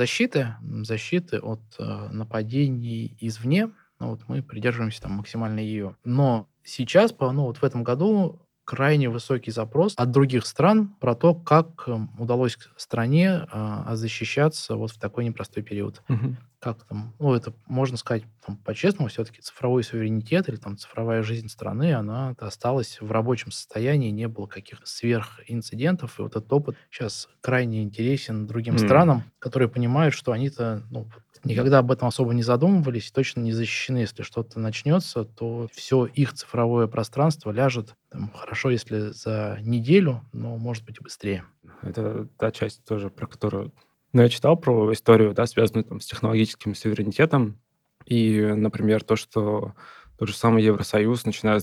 защиты от нападений извне. Ну, вот мы придерживаемся там максимально ее. Но сейчас, ну, вот в этом году крайне высокий запрос от других стран про то, как удалось стране защищаться вот в такой непростой период. Мгм. Как там, ну, это можно сказать там, по-честному, все-таки цифровой суверенитет или там цифровая жизнь страны, она осталась в рабочем состоянии, не было каких-то сверхинцидентов, и вот этот опыт сейчас крайне интересен другим М. странам, которые понимают, что они-то вот никогда об этом особо не задумывались, и точно не защищены. Если что-то начнется, то все их цифровое пространство ляжет, там, хорошо, если за неделю, но может быть и быстрее. Это та часть тоже, про которую... Ну, я читал про историю, да, связанную там с технологическим суверенитетом. И, например, то, что тот же самый Евросоюз, начиная с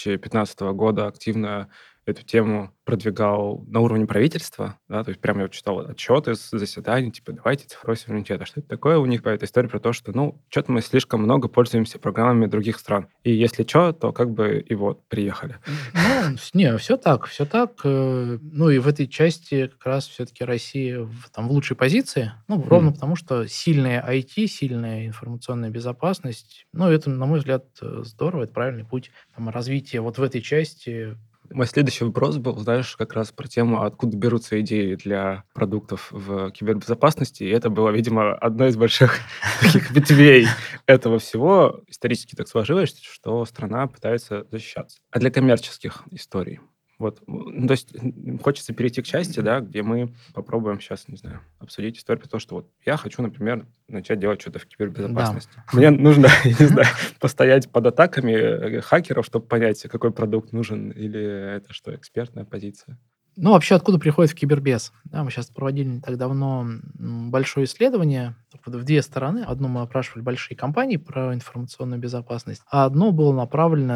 2015 года, активно эту тему продвигал на уровне правительства, да, то есть прямо я вот читал отчеты с заседаний, типа, давайте цифровой суверенитет. А что это такое у них? Эта история про то, что, ну, что-то мы слишком много пользуемся программами других стран. И если что, то как бы и вот, приехали. Ну, не, все так, все так. Ну, и в этой части как раз все-таки Россия в лучшей позиции. Ну, ровно Хм. потому, что сильная IT, сильная информационная безопасность, ну, это, на мой взгляд, здорово, это правильный путь там, развития вот в этой части. Мой следующий вопрос был, знаешь, как раз про тему, откуда берутся идеи для продуктов в кибербезопасности. И это было, видимо, одной из больших таких ветвей этого всего. Исторически так сложилось, что страна пытается защищаться. А для коммерческих историй? Вот, ну, то есть хочется перейти к части, да, где мы попробуем сейчас, не знаю, обсудить историю про то, что вот я хочу, например, начать делать что-то в Да. кибербезопасности. Мне нужно, я не знаю, постоять под атаками хакеров, чтобы понять, какой продукт нужен, или это что, экспертная позиция? Ну, вообще, откуда приходит кибербез? Да, мы сейчас проводили не так давно большое исследование в две стороны. Одно мы опрашивали большие компании про информационную безопасность, а одно было направлено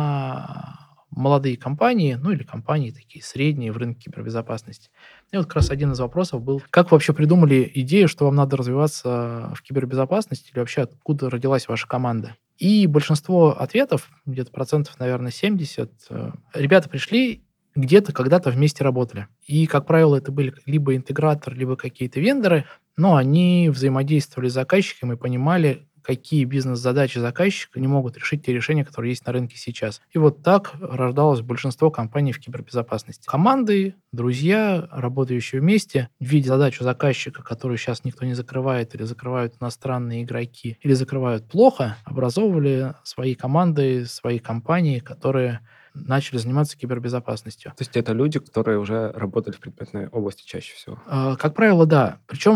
на молодые компании, ну или компании такие средние в рынке кибербезопасности. И вот как раз один из вопросов был, как вы вообще придумали идею, что вам надо развиваться в кибербезопасности, или вообще откуда родилась ваша команда? И большинство ответов, где-то процентов, наверное, 70, ребята пришли где-то когда-то вместе работали. И, как правило, это были либо интегратор, либо какие-то вендоры, но они взаимодействовали с заказчиком и понимали, какие бизнес-задачи заказчика не могут решить те решения, которые есть на рынке сейчас. И вот так рождалось большинство компаний в кибербезопасности. Команды, друзья, работающие вместе, видя задачу заказчика, которую сейчас никто не закрывает, или закрывают иностранные игроки, или закрывают плохо, образовывали свои команды, свои компании, которые начали заниматься кибербезопасностью. То есть это люди, которые уже работали в предметной области чаще всего. Как правило, да. Причем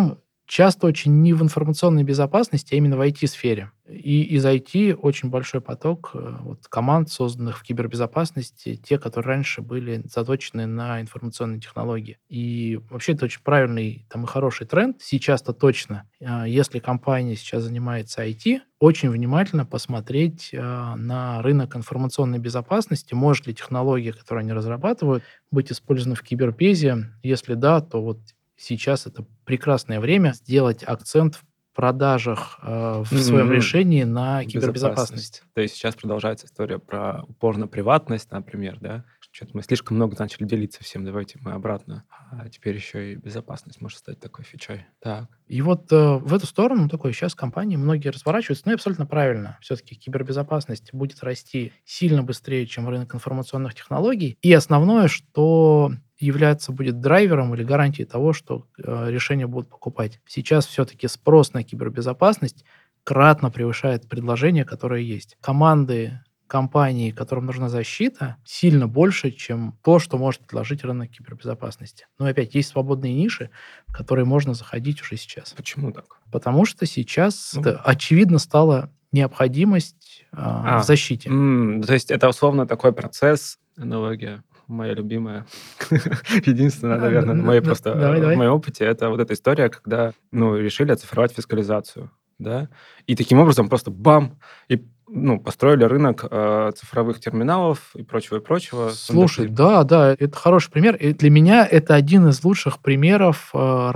часто очень не в информационной безопасности, а именно в IT-сфере. И из IT очень большой поток вот, команд, созданных в кибербезопасности, те, которые раньше были заточены на информационные технологии. И вообще это очень правильный там, и хороший тренд. Сейчас-то точно, если компания сейчас занимается IT, очень внимательно посмотреть на рынок информационной безопасности, может ли технология, которую они разрабатывают, быть использована в кибербезе. Если да, то вот сейчас это прекрасное время сделать акцент в продажах в своем решении на кибербезопасность. Безопасность. То есть сейчас продолжается история про упор на приватность, например, да? Что-то мы слишком много начали делиться всем, давайте мы обратно. А теперь еще и безопасность может стать такой фичой. Так. И вот в эту сторону такой сейчас компании многие разворачиваются, но и абсолютно правильно. Все-таки кибербезопасность будет расти сильно быстрее, чем рынок информационных технологий. И основное, что являться будет драйвером или гарантией того, что решения будут покупать. Сейчас все-таки спрос на кибербезопасность кратно превышает предложение, которое есть. Команды, компании, которым нужна защита, сильно больше, чем то, что может предложить рынок кибербезопасности. Но опять есть свободные ниши, в которые можно заходить уже сейчас. Почему так? Потому что сейчас очевидно стала необходимость в защите. То есть это условно такой процесс, аналогия моя любимая. Единственное, наверное, в моем опыте, это вот эта история, когда решили оцифровать фискализацию. Да? И таким образом просто бам! И построили рынок цифровых терминалов и прочего. Слушай, да, это хороший пример. И для меня это один из лучших примеров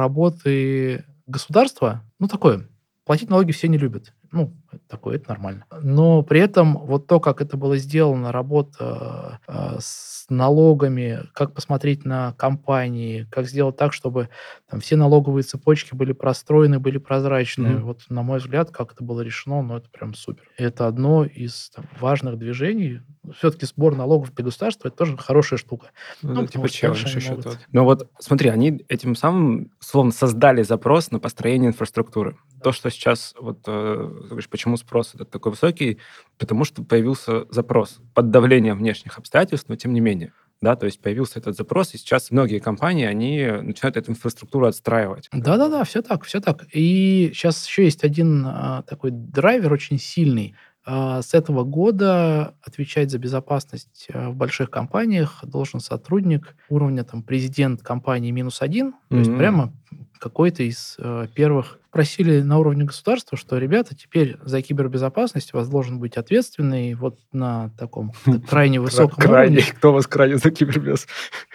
работы государства. Такое. Платить налоги все не любят. Такое, это нормально. Но при этом вот то, как это было сделано, работа с налогами, как посмотреть на компании, как сделать так, чтобы там все налоговые цепочки были простроены, были прозрачны. Вот, на мой взгляд, как это было решено, это прям супер. Это одно из важных движений. Все-таки сбор налогов для государства – это тоже хорошая штука. Типа челлендж еще тот. Но вот смотри, они этим самым, словно, создали запрос на построение инфраструктуры. То, что сейчас, говоришь, почему спрос этот такой высокий, потому что появился запрос под давлением внешних обстоятельств, но тем не менее. Да, то есть появился этот запрос, и сейчас многие компании, они начинают эту инфраструктуру отстраивать. Да, все так. И сейчас еще есть один такой драйвер очень сильный. С этого года отвечать за безопасность в больших компаниях должен сотрудник уровня президент компании -1, то есть прямо какой-то из первых. Просили на уровне государства, что, ребята, теперь за кибербезопасность у вас должен быть ответственный вот на таком крайне высоком уровне. Кто у вас крайне за кибербез?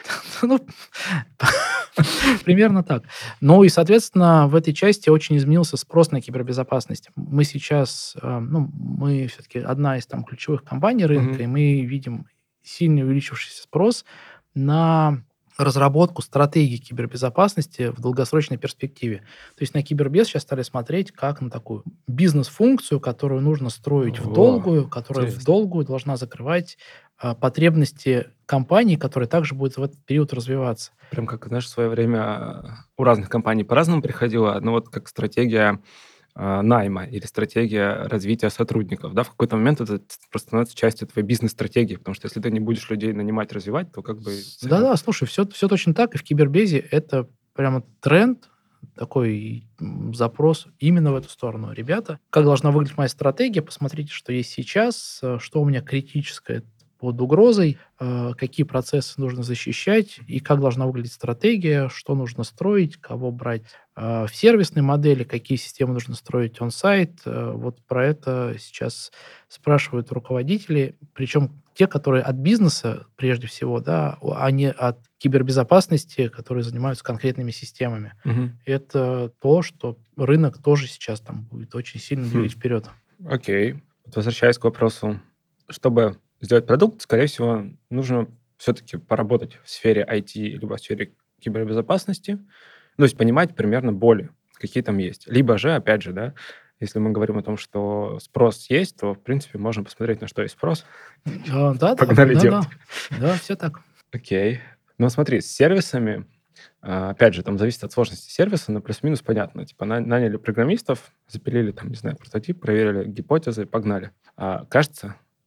Примерно так. И, соответственно, в этой части очень изменился спрос на кибербезопасность. Мы сейчас, мы все-таки одна из ключевых компаний рынка, и мы видим сильно увеличившийся спрос на разработку стратегии кибербезопасности в долгосрочной перспективе. То есть на кибербез сейчас стали смотреть как на такую бизнес-функцию, которую нужно строить в долгую, которая в долгую должна закрывать потребности компании, которая также будет в этот период развиваться. Прям как, знаешь, в свое время у разных компаний по-разному приходило, но как стратегия найма или стратегия развития сотрудников. Да, в какой-то момент это просто становится частью твоей бизнес-стратегии, потому что если ты не будешь людей нанимать, развивать, то как бы... Да, слушай, все точно так, и в кибербезе это прямо тренд, такой запрос именно в эту сторону. Ребята, как должна выглядеть моя стратегия, посмотрите, что есть сейчас, что у меня критическое под угрозой, какие процессы нужно защищать и как должна выглядеть стратегия, что нужно строить, кого брать в сервисной модели, какие системы нужно строить он-сайт. Вот про это сейчас спрашивают руководители, причем те, которые от бизнеса прежде всего, да, а не от кибербезопасности, которые занимаются конкретными системами. Это то, что рынок тоже сейчас будет очень сильно двигать вперед. Окей. Возвращаясь к вопросу, чтобы сделать продукт, скорее всего, нужно все-таки поработать в сфере IT либо в сфере кибербезопасности, то есть понимать примерно боли, какие там есть. Либо же, опять же, да, если мы говорим о том, что спрос есть, то, в принципе, можно посмотреть, на что есть спрос. Погнали делать. Да, все так. Окей. Смотри, с сервисами, опять же, там зависит от сложности сервиса, но плюс-минус понятно. Типа наняли программистов, запилили, прототип, проверили гипотезы, погнали. Кажется,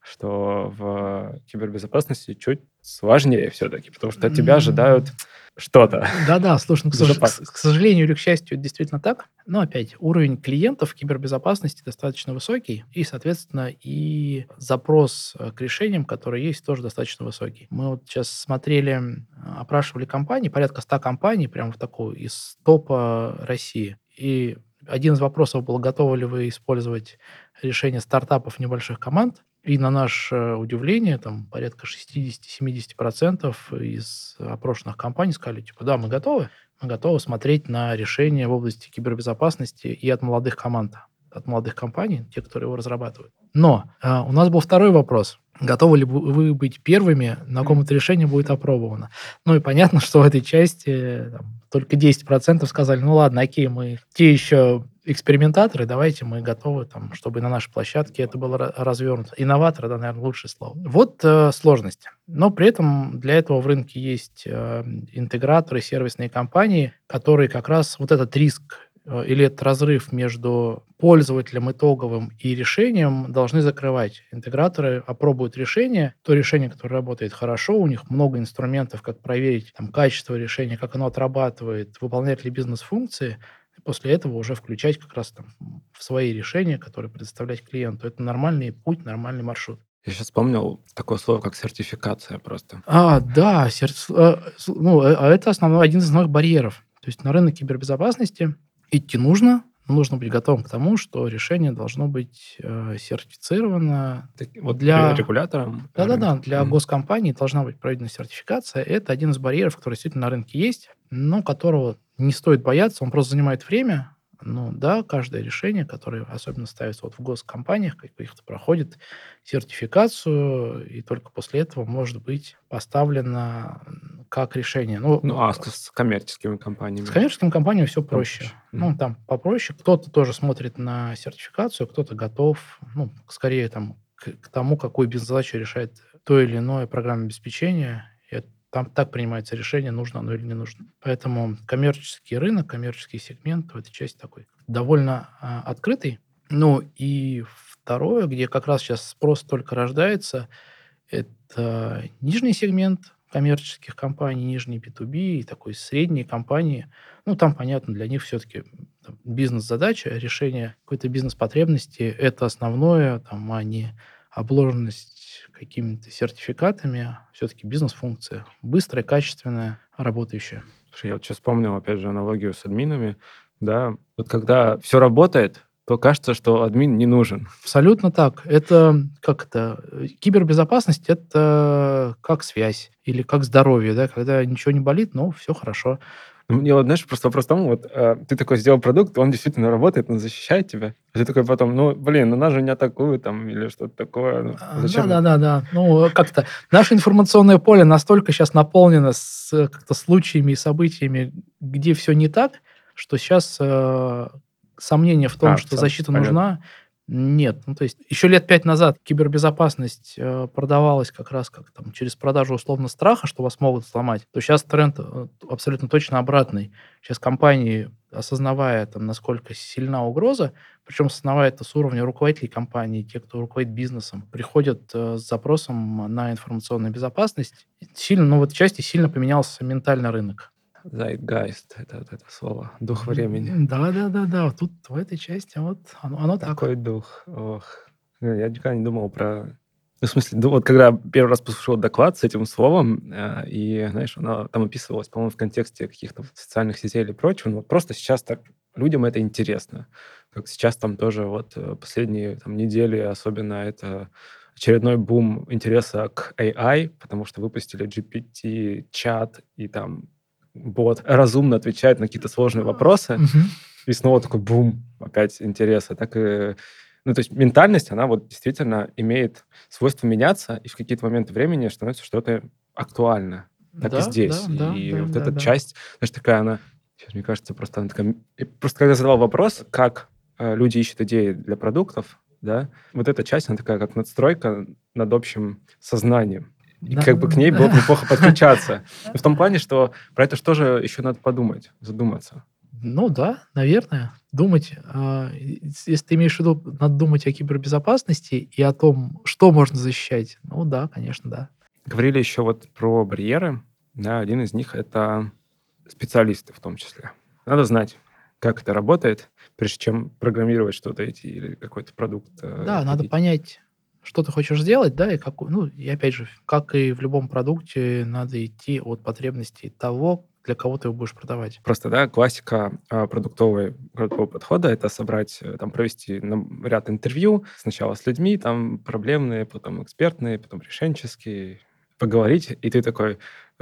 что в кибербезопасности чуть сложнее все-таки, потому что от тебя ожидают что-то. Да-да, слушай, к Безопасность. сожалению или к счастью, это действительно так. Но опять, уровень клиентов кибербезопасности достаточно высокий, и, соответственно, и запрос к решениям, которые есть, тоже достаточно высокий. Мы вот сейчас смотрели, опрашивали компании, порядка 100 компаний, прям в такую, из топа России. И один из вопросов был, готовы ли вы использовать решения стартапов небольших команд. И на наше удивление, там порядка 60-70% из опрошенных компаний сказали, типа, да, мы готовы смотреть на решения в области кибербезопасности и от молодых команд, от молодых компаний, те, которые его разрабатывают. Но у нас был второй вопрос. Готовы ли вы быть первыми, на ком это решение будет опробовано? Ну и понятно, что в этой части только 10% сказали, ну ладно, окей, мы те еще экспериментаторы, давайте мы готовы, чтобы на нашей площадке это было развернуто. Инноваторы, да, наверное, лучшее слово. Вот сложность. Но при этом для этого в рынке есть интеграторы, сервисные компании, которые как раз вот этот риск или этот разрыв между пользователем итоговым и решением должны закрывать. Интеграторы опробуют решение, то решение, которое работает хорошо, у них много инструментов, как проверить качество решения, как оно отрабатывает, выполняет ли бизнес-функции, и после этого уже включать как раз в свои решения, которые предоставлять клиенту. Это нормальный путь, нормальный маршрут. Я сейчас вспомнил такое слово, как сертификация просто. Да, это один из основных барьеров. То есть на рынок кибербезопасности идти нужно быть готовым к тому, что решение должно быть сертифицировано Вот для... регулятором Да-да-да, рынка. для госкомпаний должна быть проведена сертификация. Это один из барьеров, который действительно на рынке есть, но которого не стоит бояться, он просто занимает время. Ну да, каждое решение, которое особенно ставится в госкомпаниях, каких-то проходит сертификацию, и только после этого может быть поставлено как решение. С коммерческими компаниями. С коммерческими компаниями все проще. проще. Там попроще. Кто-то тоже смотрит на сертификацию, кто-то готов, скорее к тому, какую бизнес-задачу решает то или иное программное обеспечение. И там так принимается решение, нужно оно или не нужно. Поэтому коммерческий рынок, коммерческий сегмент в этой части такой довольно открытый. И второе, где как раз сейчас спрос только рождается, это нижний сегмент коммерческих компаний, нижний B2B и такой средние компании. Там, понятно, для них все-таки бизнес-задача, решение какой-то бизнес-потребности – это основное, а не обложенность какими-то сертификатами. Все-таки бизнес-функция быстрая, качественная, работающая. Слушай, я вот сейчас вспомнил, опять же, аналогию с админами. Да, вот когда все работает, то кажется, что админ не нужен. Абсолютно так. Это кибербезопасность – это как связь или как здоровье, да, когда ничего не болит, но все хорошо. Мне знаешь, просто вопрос в том, ты такой сделал продукт, он действительно работает, он защищает тебя. А ты такой потом, нас же не атакуют или что-то такое. Зачем? Да. Наше информационное поле настолько сейчас наполнено случаями и событиями, где все не так, что сейчас сомнения в том, что защита нужна, нет. То есть еще лет 5 назад кибербезопасность продавалась как раз через продажу условно страха, что вас могут сломать, то сейчас тренд абсолютно точно обратный. Сейчас компании, осознавая, насколько сильна угроза, причем осознавая это с уровня руководителей компании, те, кто руководит бизнесом, приходят с запросом на информационную безопасность. Сильно, в этой части сильно поменялся ментальный рынок. Zeitgeist, это слово, дух времени. Да. Тут в этой части оно так. Такой дух. Ох. Я никогда не думал про... в смысле, когда первый раз послушал доклад с этим словом, и, знаешь, оно там описывалось, по-моему, в контексте каких-то социальных сетей или прочего, просто сейчас так людям это интересно. Как сейчас тоже последние недели особенно это очередной бум интереса к AI, потому что выпустили GPT-чат, и бот разумно отвечает на какие-то сложные вопросы, и снова такой бум, опять интереса. То есть ментальность, она действительно имеет свойство меняться, и в какие-то моменты времени становится что-то актуально. Так и здесь. Эта часть, знаешь, такая она... Сейчас, мне кажется, просто она такая... Просто когда я задавал вопрос, как люди ищут идеи для продуктов, да, эта часть, она такая, как надстройка над общим сознанием. И к ней было бы неплохо подключаться. В том плане, что про это же тоже еще надо подумать, задуматься. Ну да, наверное. Думать, если ты имеешь в виду, надо думать о кибербезопасности и о том, что можно защищать. Ну да, конечно, да. Говорили еще вот про барьеры. Да, один из них — это специалисты в том числе. Надо знать, как это работает, прежде чем программировать что-то идти или какой-то продукт Да, надо вводить. понять, что ты хочешь сделать, да, и какую, ну, и опять же, как и в любом продукте, надо идти от потребностей того, для кого ты его будешь продавать. Просто, да, классика продуктового подхода — это собрать, там, провести ряд интервью, сначала с людьми, там, проблемные, потом экспертные, потом решенческие, поговорить, и ты такой,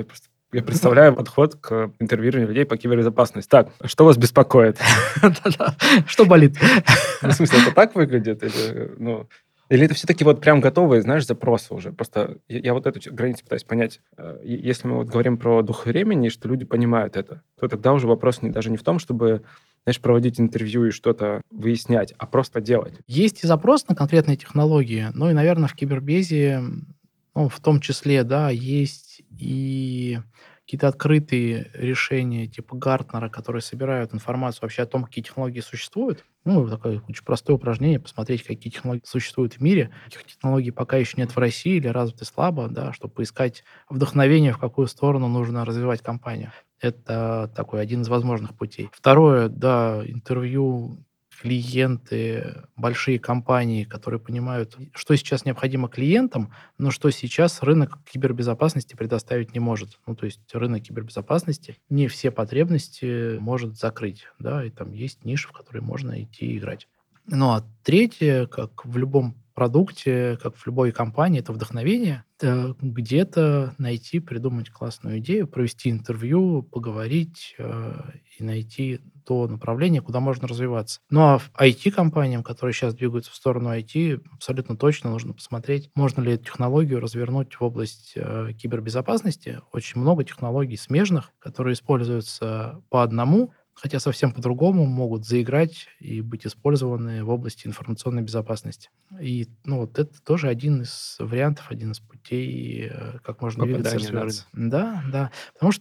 я представляю подход к интервьюированию людей по кибербезопасности. Так, что вас беспокоит? Да-да. Что болит? Ну, в смысле, это так выглядит? Или, ну, или это все-таки вот прям готовые, знаешь, запросы уже? Просто я вот эту границу пытаюсь понять. Если мы вот говорим про дух времени, что люди понимают это, то тогда уже вопрос даже не в том, чтобы, знаешь, проводить интервью и что-то выяснять, а просто делать. Есть и запрос на конкретные технологии, ну и, наверное, в кибербезе, ну, в том числе, да, есть и какие-то открытые решения типа Гартнера, которые собирают информацию вообще о том, какие технологии существуют. Ну, такое очень простое упражнение, посмотреть, какие технологии существуют в мире. Этих технологий пока еще нет в России или развиты слабо, да, чтобы поискать вдохновение, в какую сторону нужно развивать компанию. Это такой один из возможных путей. Второе, да, интервью клиенты, большие компании, которые понимают, что сейчас необходимо клиентам, но что сейчас рынок кибербезопасности предоставить не может. Ну, то есть рынок кибербезопасности не все потребности может закрыть, да, и там есть ниши, в которые можно идти играть. Ну, а третье, как в любом продукте, как в любой компании, это вдохновение. Это где-то найти, придумать классную идею, провести интервью, поговорить и найти то направление, куда можно развиваться. Ну, а в IT-компаниям, которые сейчас двигаются в сторону IT, абсолютно точно нужно посмотреть, можно ли эту технологию развернуть в область кибербезопасности. Очень много технологий смежных, которые используются по одному, хотя совсем по-другому могут заиграть и быть использованы в области информационной безопасности. И, ну, вот это тоже один из вариантов, один из путей, как можно двигаться и Попадание на развиваться. рынок. Да, да. Потому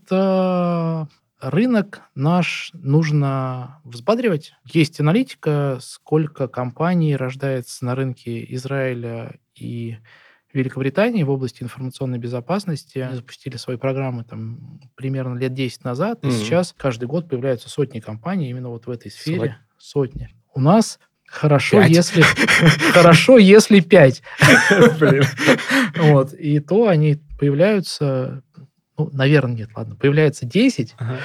что рынок наш нужно взбадривать. Есть аналитика, сколько компаний рождается на рынке Израиля и Великобритании в области информационной безопасности. Они запустили свои программы там примерно лет 10 назад, и М, сейчас каждый год появляются сотни компаний именно вот в этой сотни. сфере. Сотни. У нас хорошо, 5. если хорошо, если 5. Блин. Вот. И то они появляются, ну, наверное, нет, ладно, появляется 10, Ага.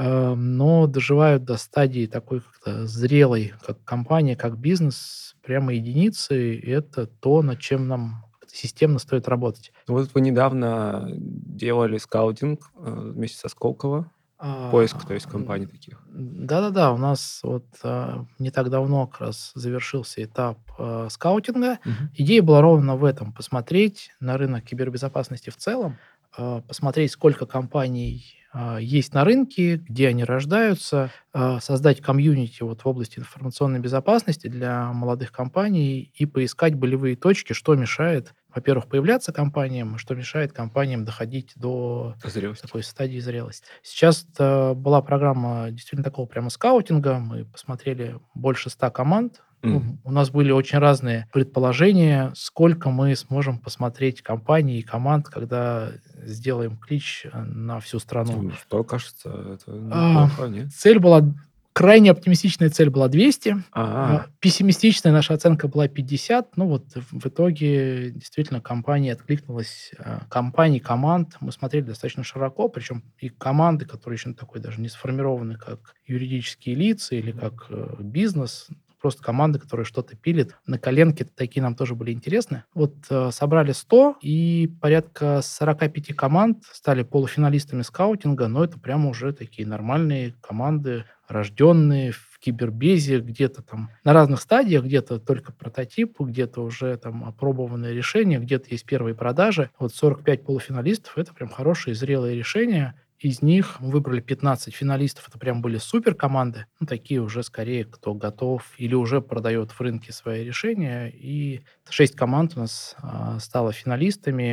но доживают до стадии такой как-то зрелой, как компания, как бизнес, прямо единицы. И это то, над чем нам системно стоит работать. Ну, вот вы недавно делали скаутинг вместе со Сколково, поиск, то есть, компаний таких. Да-да-да, у нас вот не так давно как раз завершился этап скаутинга. Мгм. Идея была ровно в этом: посмотреть на рынок кибербезопасности в целом, посмотреть, сколько компаний есть на рынке, где они рождаются, создать комьюнити вот в области информационной безопасности для молодых компаний и поискать болевые точки, что мешает, во-первых, появляться компаниям, что мешает компаниям доходить до Зрелости. такой стадии зрелости. Сейчас была программа действительно такого прямо скаутинга. Мы посмотрели больше 100 команд. М. Ну, у нас были очень разные предположения, сколько мы сможем посмотреть компаний и команд, когда сделаем клич на всю страну. Ну, что, кажется, это А, неплохо, нет? Цель была крайне оптимистичная, цель была 200, А, пессимистичная наша оценка была 50. Ну вот в итоге действительно компания откликнулась, компаний, команд мы смотрели достаточно широко, причем и команды, которые еще такой даже не сформированы как юридические лица или как бизнес, просто команды, которые что-то пилят на коленке, такие нам тоже были интересны. Вот собрали 100, и порядка 45 команд стали полуфиналистами скаутинга, но это прямо уже такие нормальные команды, рожденные в кибербезе, где-то там на разных стадиях, где-то только прототип, где-то уже там опробованное решение, где-то есть первые продажи. Вот 45 полуфиналистов — это прям хорошие зрелые решения. Из них мы выбрали 15 финалистов. Это прям были супер команды. Ну, такие уже скорее, кто готов или уже продает в рынке свои решения. И 6 команд у нас стало финалистами.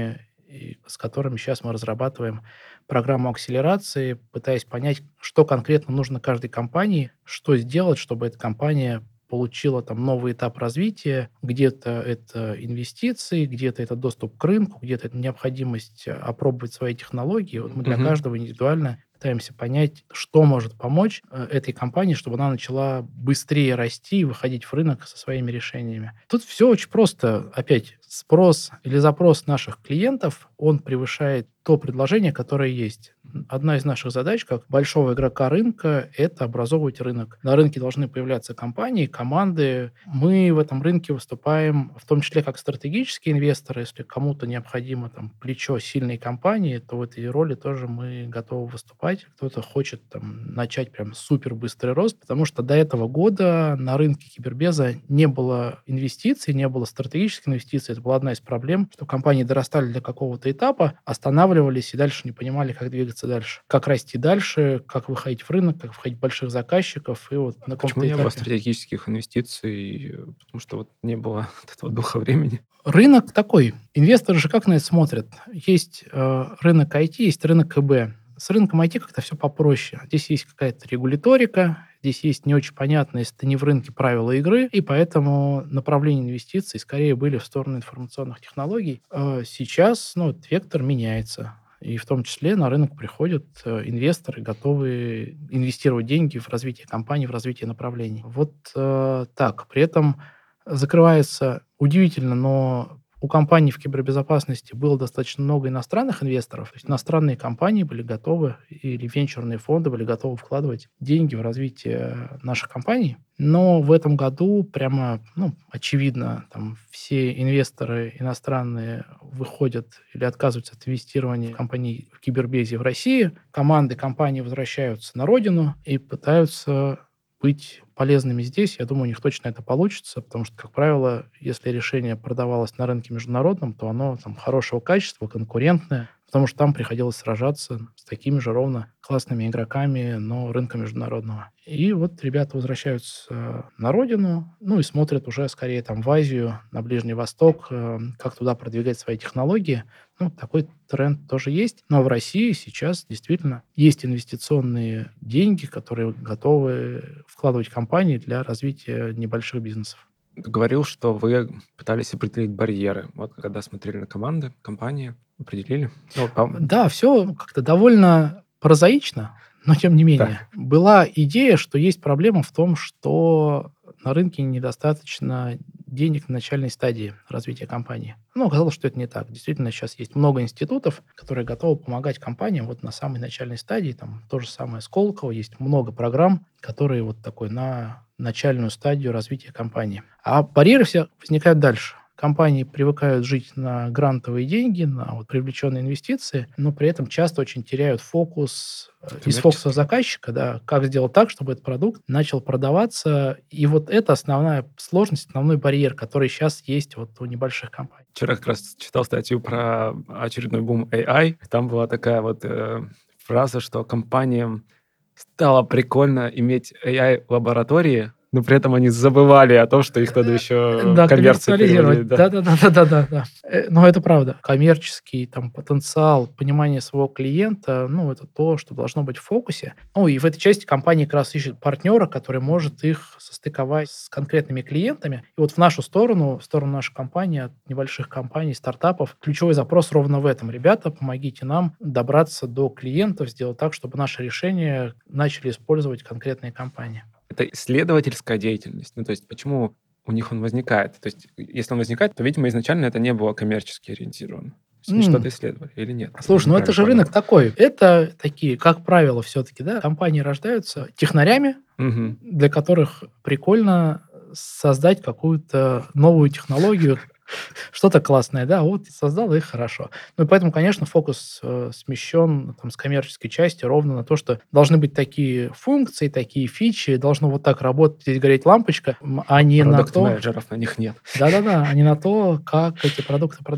и с которыми сейчас мы разрабатываем программу акселерации, пытаясь понять, что конкретно нужно каждой компании, что сделать, чтобы эта компания получила там новый этап развития. Где-то это инвестиции, где-то это доступ к рынку, где-то это необходимость опробовать свои технологии. Вот мы для Мгм. каждого индивидуально пытаемся понять, что может помочь этой компании, чтобы она начала быстрее расти и выходить в рынок со своими решениями. Тут все очень просто. Опять, спрос или запрос наших клиентов, он превышает то предложение, которое есть. Одна из наших задач, как большого игрока рынка, это образовывать рынок. На рынке должны появляться компании, команды. Мы в этом рынке выступаем в том числе как стратегические инвесторы. Если кому-то необходимо там плечо сильной компании, то в этой роли тоже мы готовы выступать. Кто-то хочет там начать прям супер быстрый рост, потому что до этого года на рынке кибербеза не было инвестиций, не было стратегических инвестиций. Это была одна из проблем, что компании дорастали до какого-то этапа, останавливались и дальше не понимали, как двигаться дальше, как расти дальше, как выходить в рынок, как входить в больших заказчиков. И вот на Почему каком-то не было этапе стратегических инвестиций? Потому что вот не было вот этого духа времени. рынок такой. Инвесторы же как на это смотрят? Есть рынок IT, есть рынок КБ. С рынком IT как-то все попроще. Здесь есть какая-то регуляторика, здесь есть не очень понятно, если ты не в рынке, правила игры, и поэтому направления инвестиций скорее были в сторону информационных технологий. Сейчас вот вектор меняется. И в том числе на рынок приходят инвесторы, готовые инвестировать деньги в развитие компании, в развитие направлений. Вот так. При этом закрывается удивительно, но у компаний в кибербезопасности было достаточно много иностранных инвесторов. То есть иностранные компании были готовы, или венчурные фонды были готовы вкладывать деньги в развитие наших компаний. Но в этом году прямо, очевидно, там все инвесторы иностранные выходят или отказываются от инвестирования в компании в кибербезе в России. Команды компаний возвращаются на родину и пытаются быть полезными здесь. Я думаю, у них точно это получится, потому что, как правило, если решение продавалось на рынке международном, то оно там хорошего качества, конкурентное, потому что там приходилось сражаться с такими же ровно классными игроками, но рынка международного. И вот ребята возвращаются на родину, и смотрят уже скорее там в Азию, на Ближний Восток, как туда продвигать свои технологии. Такой тренд тоже есть. Но в России сейчас действительно есть инвестиционные деньги, которые готовы вкладывать в компании для развития небольших бизнесов. Ты говорил, что вы пытались определить барьеры. Вот когда смотрели на команды, компании, определили? Да, все как-то довольно прозаично, но тем не Да. менее. Была идея, что есть проблема в том, что на рынке недостаточно денег на начальной стадии развития компании. Оказалось, что это не так. Действительно, сейчас есть много институтов, которые готовы помогать компаниям вот на самой начальной стадии. Там то же самое Сколково, есть много программ, которые вот такой на начальную стадию развития компании. А барьеры все возникают дальше. Компании привыкают жить на грантовые деньги, на вот привлеченные инвестиции, но при этом часто очень теряют фокус из фокуса Коммерческий. заказчика, да, как сделать так, чтобы этот продукт начал продаваться. И вот это основная сложность, основной барьер, который сейчас есть вот у небольших компаний. Вчера как раз читал статью про очередной бум AI. Там была такая вот фраза, что компаниям стало прикольно иметь AI-лаборатории, но при этом они забывали о том, что их надо еще Да, коммерции переводить. коммерциализировать. Да. Да. Но это правда. Коммерческий там потенциал, понимание своего клиента, это то, что должно быть в фокусе. И в этой части компания как раз ищет партнера, который может их состыковать с конкретными клиентами. И вот в нашу сторону, в сторону нашей компании, от небольших компаний, стартапов, ключевой запрос ровно в этом. Ребята, помогите нам добраться до клиентов, сделать так, чтобы наши решения начали использовать конкретные компании. Это исследовательская деятельность. То есть почему у них он возникает? То есть если он возникает, то, видимо, изначально это не было коммерчески ориентировано. То есть они что-то исследовали или нет? Слушай, это же рынок такой. Это такие, как правило, все-таки, да, компании рождаются технарями, Мгм. для которых прикольно создать какую-то новую технологию, что-то классное, да, вот создал и хорошо. И поэтому, конечно, фокус смещен там, с коммерческой части ровно на то, что должны быть такие функции, такие фичи, должно вот так работать, здесь гореть лампочка, а не на то... Продакт-менеджеров на них нет. Да-да-да, а не на то, как эти продукты продавать.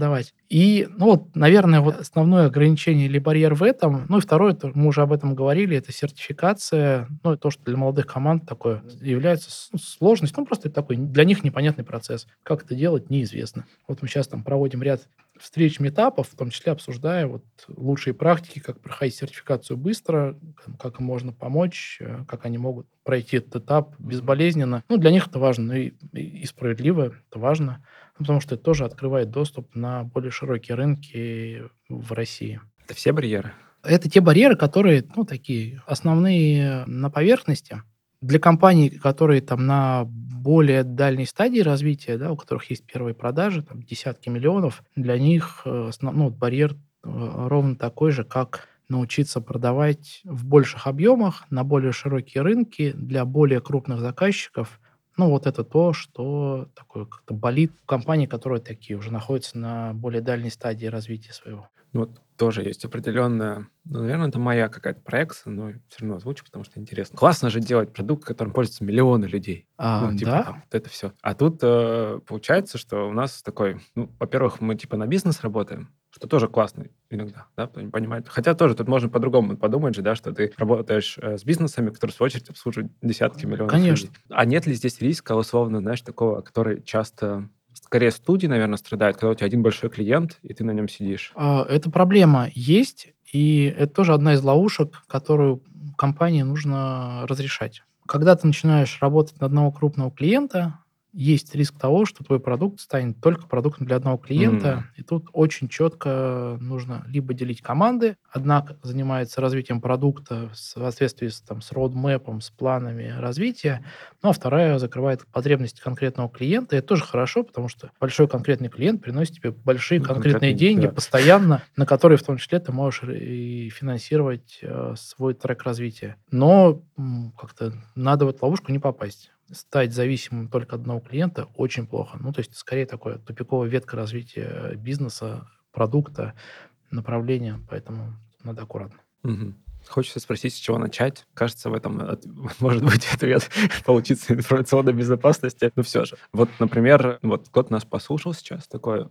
И, наверное, вот основное ограничение или барьер в этом. Ну и второе, мы уже об этом говорили, это сертификация. Ну, и то, что для молодых команд такое является сложность. Ну, просто это такой для них непонятный процесс. Как это делать, неизвестно. Вот мы сейчас там проводим ряд встреч, митапов, в том числе обсуждая вот лучшие практики, как проходить сертификацию быстро, как им можно помочь, как они могут пройти этот этап безболезненно. Ну, для них это важно, ну и справедливо, это важно. Потому что это тоже открывает доступ на более широкие рынки в России. Это все барьеры? Это те барьеры, которые, такие основные на поверхности. Для компаний, которые там на более дальней стадии развития, да, у которых есть первые продажи, там десятки миллионов, для них барьер ровно такой же, как научиться продавать в больших объемах на более широкие рынки для более крупных заказчиков. Вот это то, что такое как-то болит у компаний, которые такие уже находятся на более дальней стадии развития своего. Вот тоже есть определенная, наверное, это моя какая-то проекция, но все равно озвучу, потому что интересно. Классно же делать продукт, которым пользуются миллионы людей. Да, Там, вот это все. А тут получается, что у нас такой, во-первых, мы на бизнес работаем, что тоже классно иногда, да, понимаете. Хотя тоже тут можно по-другому подумать же, да, что ты работаешь с бизнесами, которые, в свою очередь, обслуживают десятки миллионов конечно. людей. А нет ли здесь риска, условно, знаешь, такого, который часто... Скорее, студии, наверное, страдают, когда у тебя один большой клиент, и ты на нем сидишь. Эта проблема есть, и это тоже одна из ловушек, которую компании нужно разрешать. Когда ты начинаешь работать на одного крупного клиента, есть риск того, что твой продукт станет только продуктом для одного клиента. И тут очень четко нужно либо делить команды. Одна занимается развитием продукта в соответствии с роудмэпом, с планами развития, а вторая закрывает потребности конкретного клиента. И это тоже хорошо, потому что большой конкретный клиент приносит тебе большие конкретные деньги да. постоянно, на которые в том числе ты можешь и финансировать свой трек развития. Но как-то надо в эту ловушку не попасть. Стать зависимым только от одного клиента очень плохо. То есть, скорее, такое тупиковая ветка развития бизнеса, продукта, направления, поэтому надо аккуратно. Мгм. Хочется спросить, с чего начать. Кажется, в этом может быть ответ получиться информационной безопасности. Но все же. Вот, например, кто-то нас послушал сейчас, такой,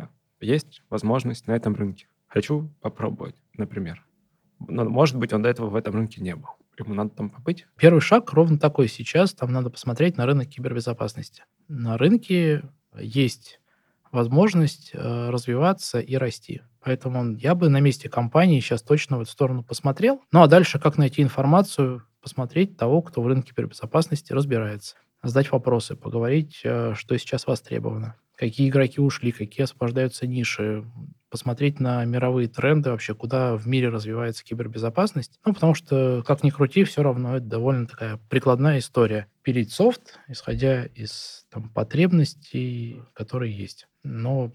есть возможность на этом рынке. Хочу попробовать, например. Но, может быть, он до этого в этом рынке не был. Ему надо там побыть. Первый шаг ровно такой сейчас. Там надо посмотреть на рынок кибербезопасности. На рынке есть возможность развиваться и расти. Поэтому я бы на месте компании сейчас точно в эту сторону посмотрел. Ну а дальше как найти информацию, посмотреть того, кто в рынке кибербезопасности разбирается. Задать вопросы, поговорить, что сейчас востребовано, какие игроки ушли, какие освобождаются ниши, посмотреть на мировые тренды вообще, куда в мире развивается кибербезопасность. Потому что, как ни крути, все равно это довольно такая прикладная история. Пилить софт, исходя из потребностей, которые есть. Но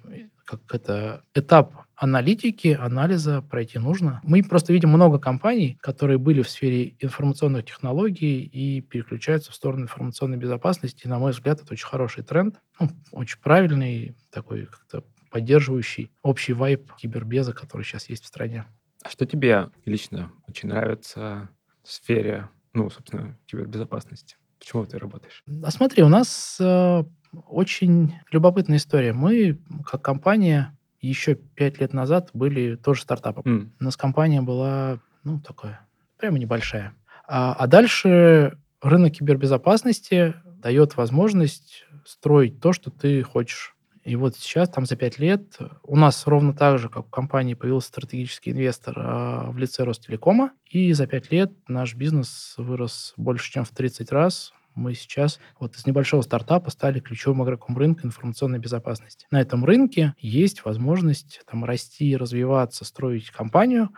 этап аналитики, анализа пройти нужно. Мы просто видим много компаний, которые были в сфере информационных технологий и переключаются в сторону информационной безопасности. И, на мой взгляд, это очень хороший тренд, очень правильный, такой как-то поддерживающий общий вайб кибербеза, который сейчас есть в стране. А что тебе лично очень нравится в сфере, собственно, кибербезопасности? Почему ты работаешь? Смотри, у нас очень любопытная история. Мы, как компания, еще 5 лет назад были тоже стартапом. У нас компания была, такая, прямо небольшая. А дальше рынок кибербезопасности дает возможность строить то, что ты хочешь. И вот сейчас, за 5 лет, у нас ровно так же, как в компании появился стратегический инвестор в лице Ростелекома, и за 5 лет наш бизнес вырос больше, чем в 30 раз. Мы сейчас из небольшого стартапа стали ключевым игроком рынка информационной безопасности. На этом рынке есть возможность расти, развиваться, строить компанию,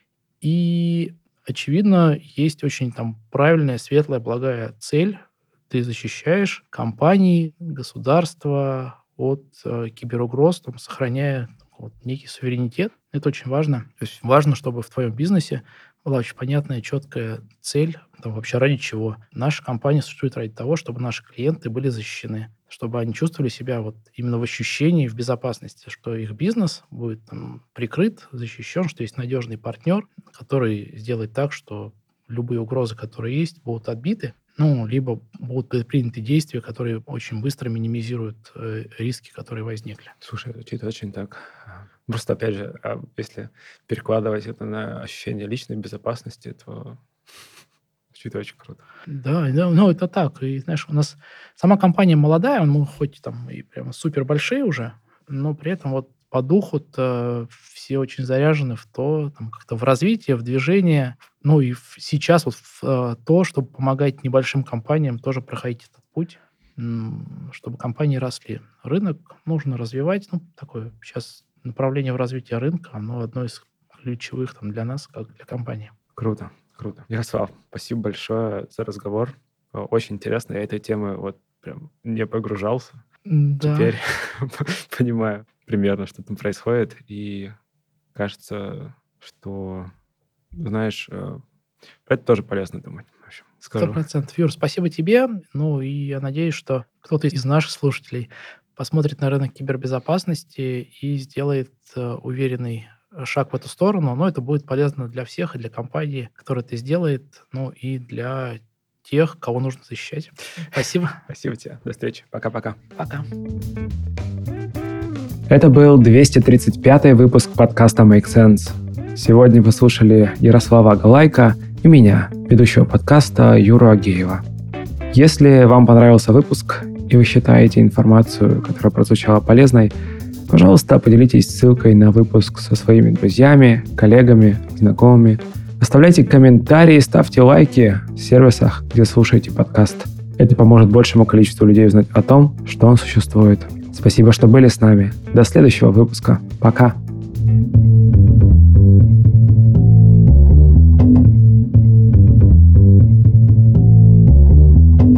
и, очевидно, есть очень правильная, светлая, благая цель. Ты защищаешь компании, государства от киберугроз, сохраняя некий суверенитет. Это очень важно. То есть важно, чтобы в твоем бизнесе была очень понятная, четкая цель, вообще ради чего. Наша компания существует ради того, чтобы наши клиенты были защищены, чтобы они чувствовали себя именно в ощущении, в безопасности, что их бизнес будет прикрыт, защищен, что есть надежный партнер, который сделает так, что любые угрозы, которые есть, будут отбиты, либо будут предприняты действия, которые очень быстро минимизируют риски, которые возникли. Слушай, звучит очень так Просто, опять же, если перекладывать это на ощущение личной безопасности, то это очень круто. Да, ну это так. И знаешь, у нас сама компания молодая, мы хоть там и прямо супер большие уже, но при этом вот по духу-то все очень заряжены в то, там, как-то в развитие, в движение, ну и сейчас вот в то, чтобы помогать небольшим компаниям тоже проходить этот путь, чтобы компании росли. Рынок нужно развивать, ну, такое сейчас направление в развитии рынка, оно одно из ключевых там для нас, как для компании. Круто, круто. Ярослав, спасибо большое за разговор. Очень интересно. Я этой темы вот прям не погружался. Да. Теперь понимаю примерно, что там происходит. И кажется, что, знаешь, про это тоже полезно думать. В общем, скажу. 100%. Юр, спасибо тебе. Ну, и я надеюсь, что кто-то из наших слушателей посмотрит на рынок кибербезопасности и сделает уверенный шаг в эту сторону. Но это будет полезно для всех, и для компании, которая это сделает, ну, и для тех, кого нужно защищать. Спасибо. Спасибо тебе. До встречи. Пока-пока. Пока. Это был 235-й выпуск подкаста Make Sense. Сегодня вы слушали Ярослава Галайка и меня, ведущего подкаста Юру Агеева. Если вам понравился выпуск и вы считаете информацию, которая прозвучала, полезной, пожалуйста, поделитесь ссылкой на выпуск со своими друзьями, коллегами, знакомыми. Оставляйте комментарии, ставьте лайки в сервисах, где слушаете подкаст. Это поможет большему количеству людей узнать о том, что он существует. Спасибо, что были с нами. До следующего выпуска. Пока.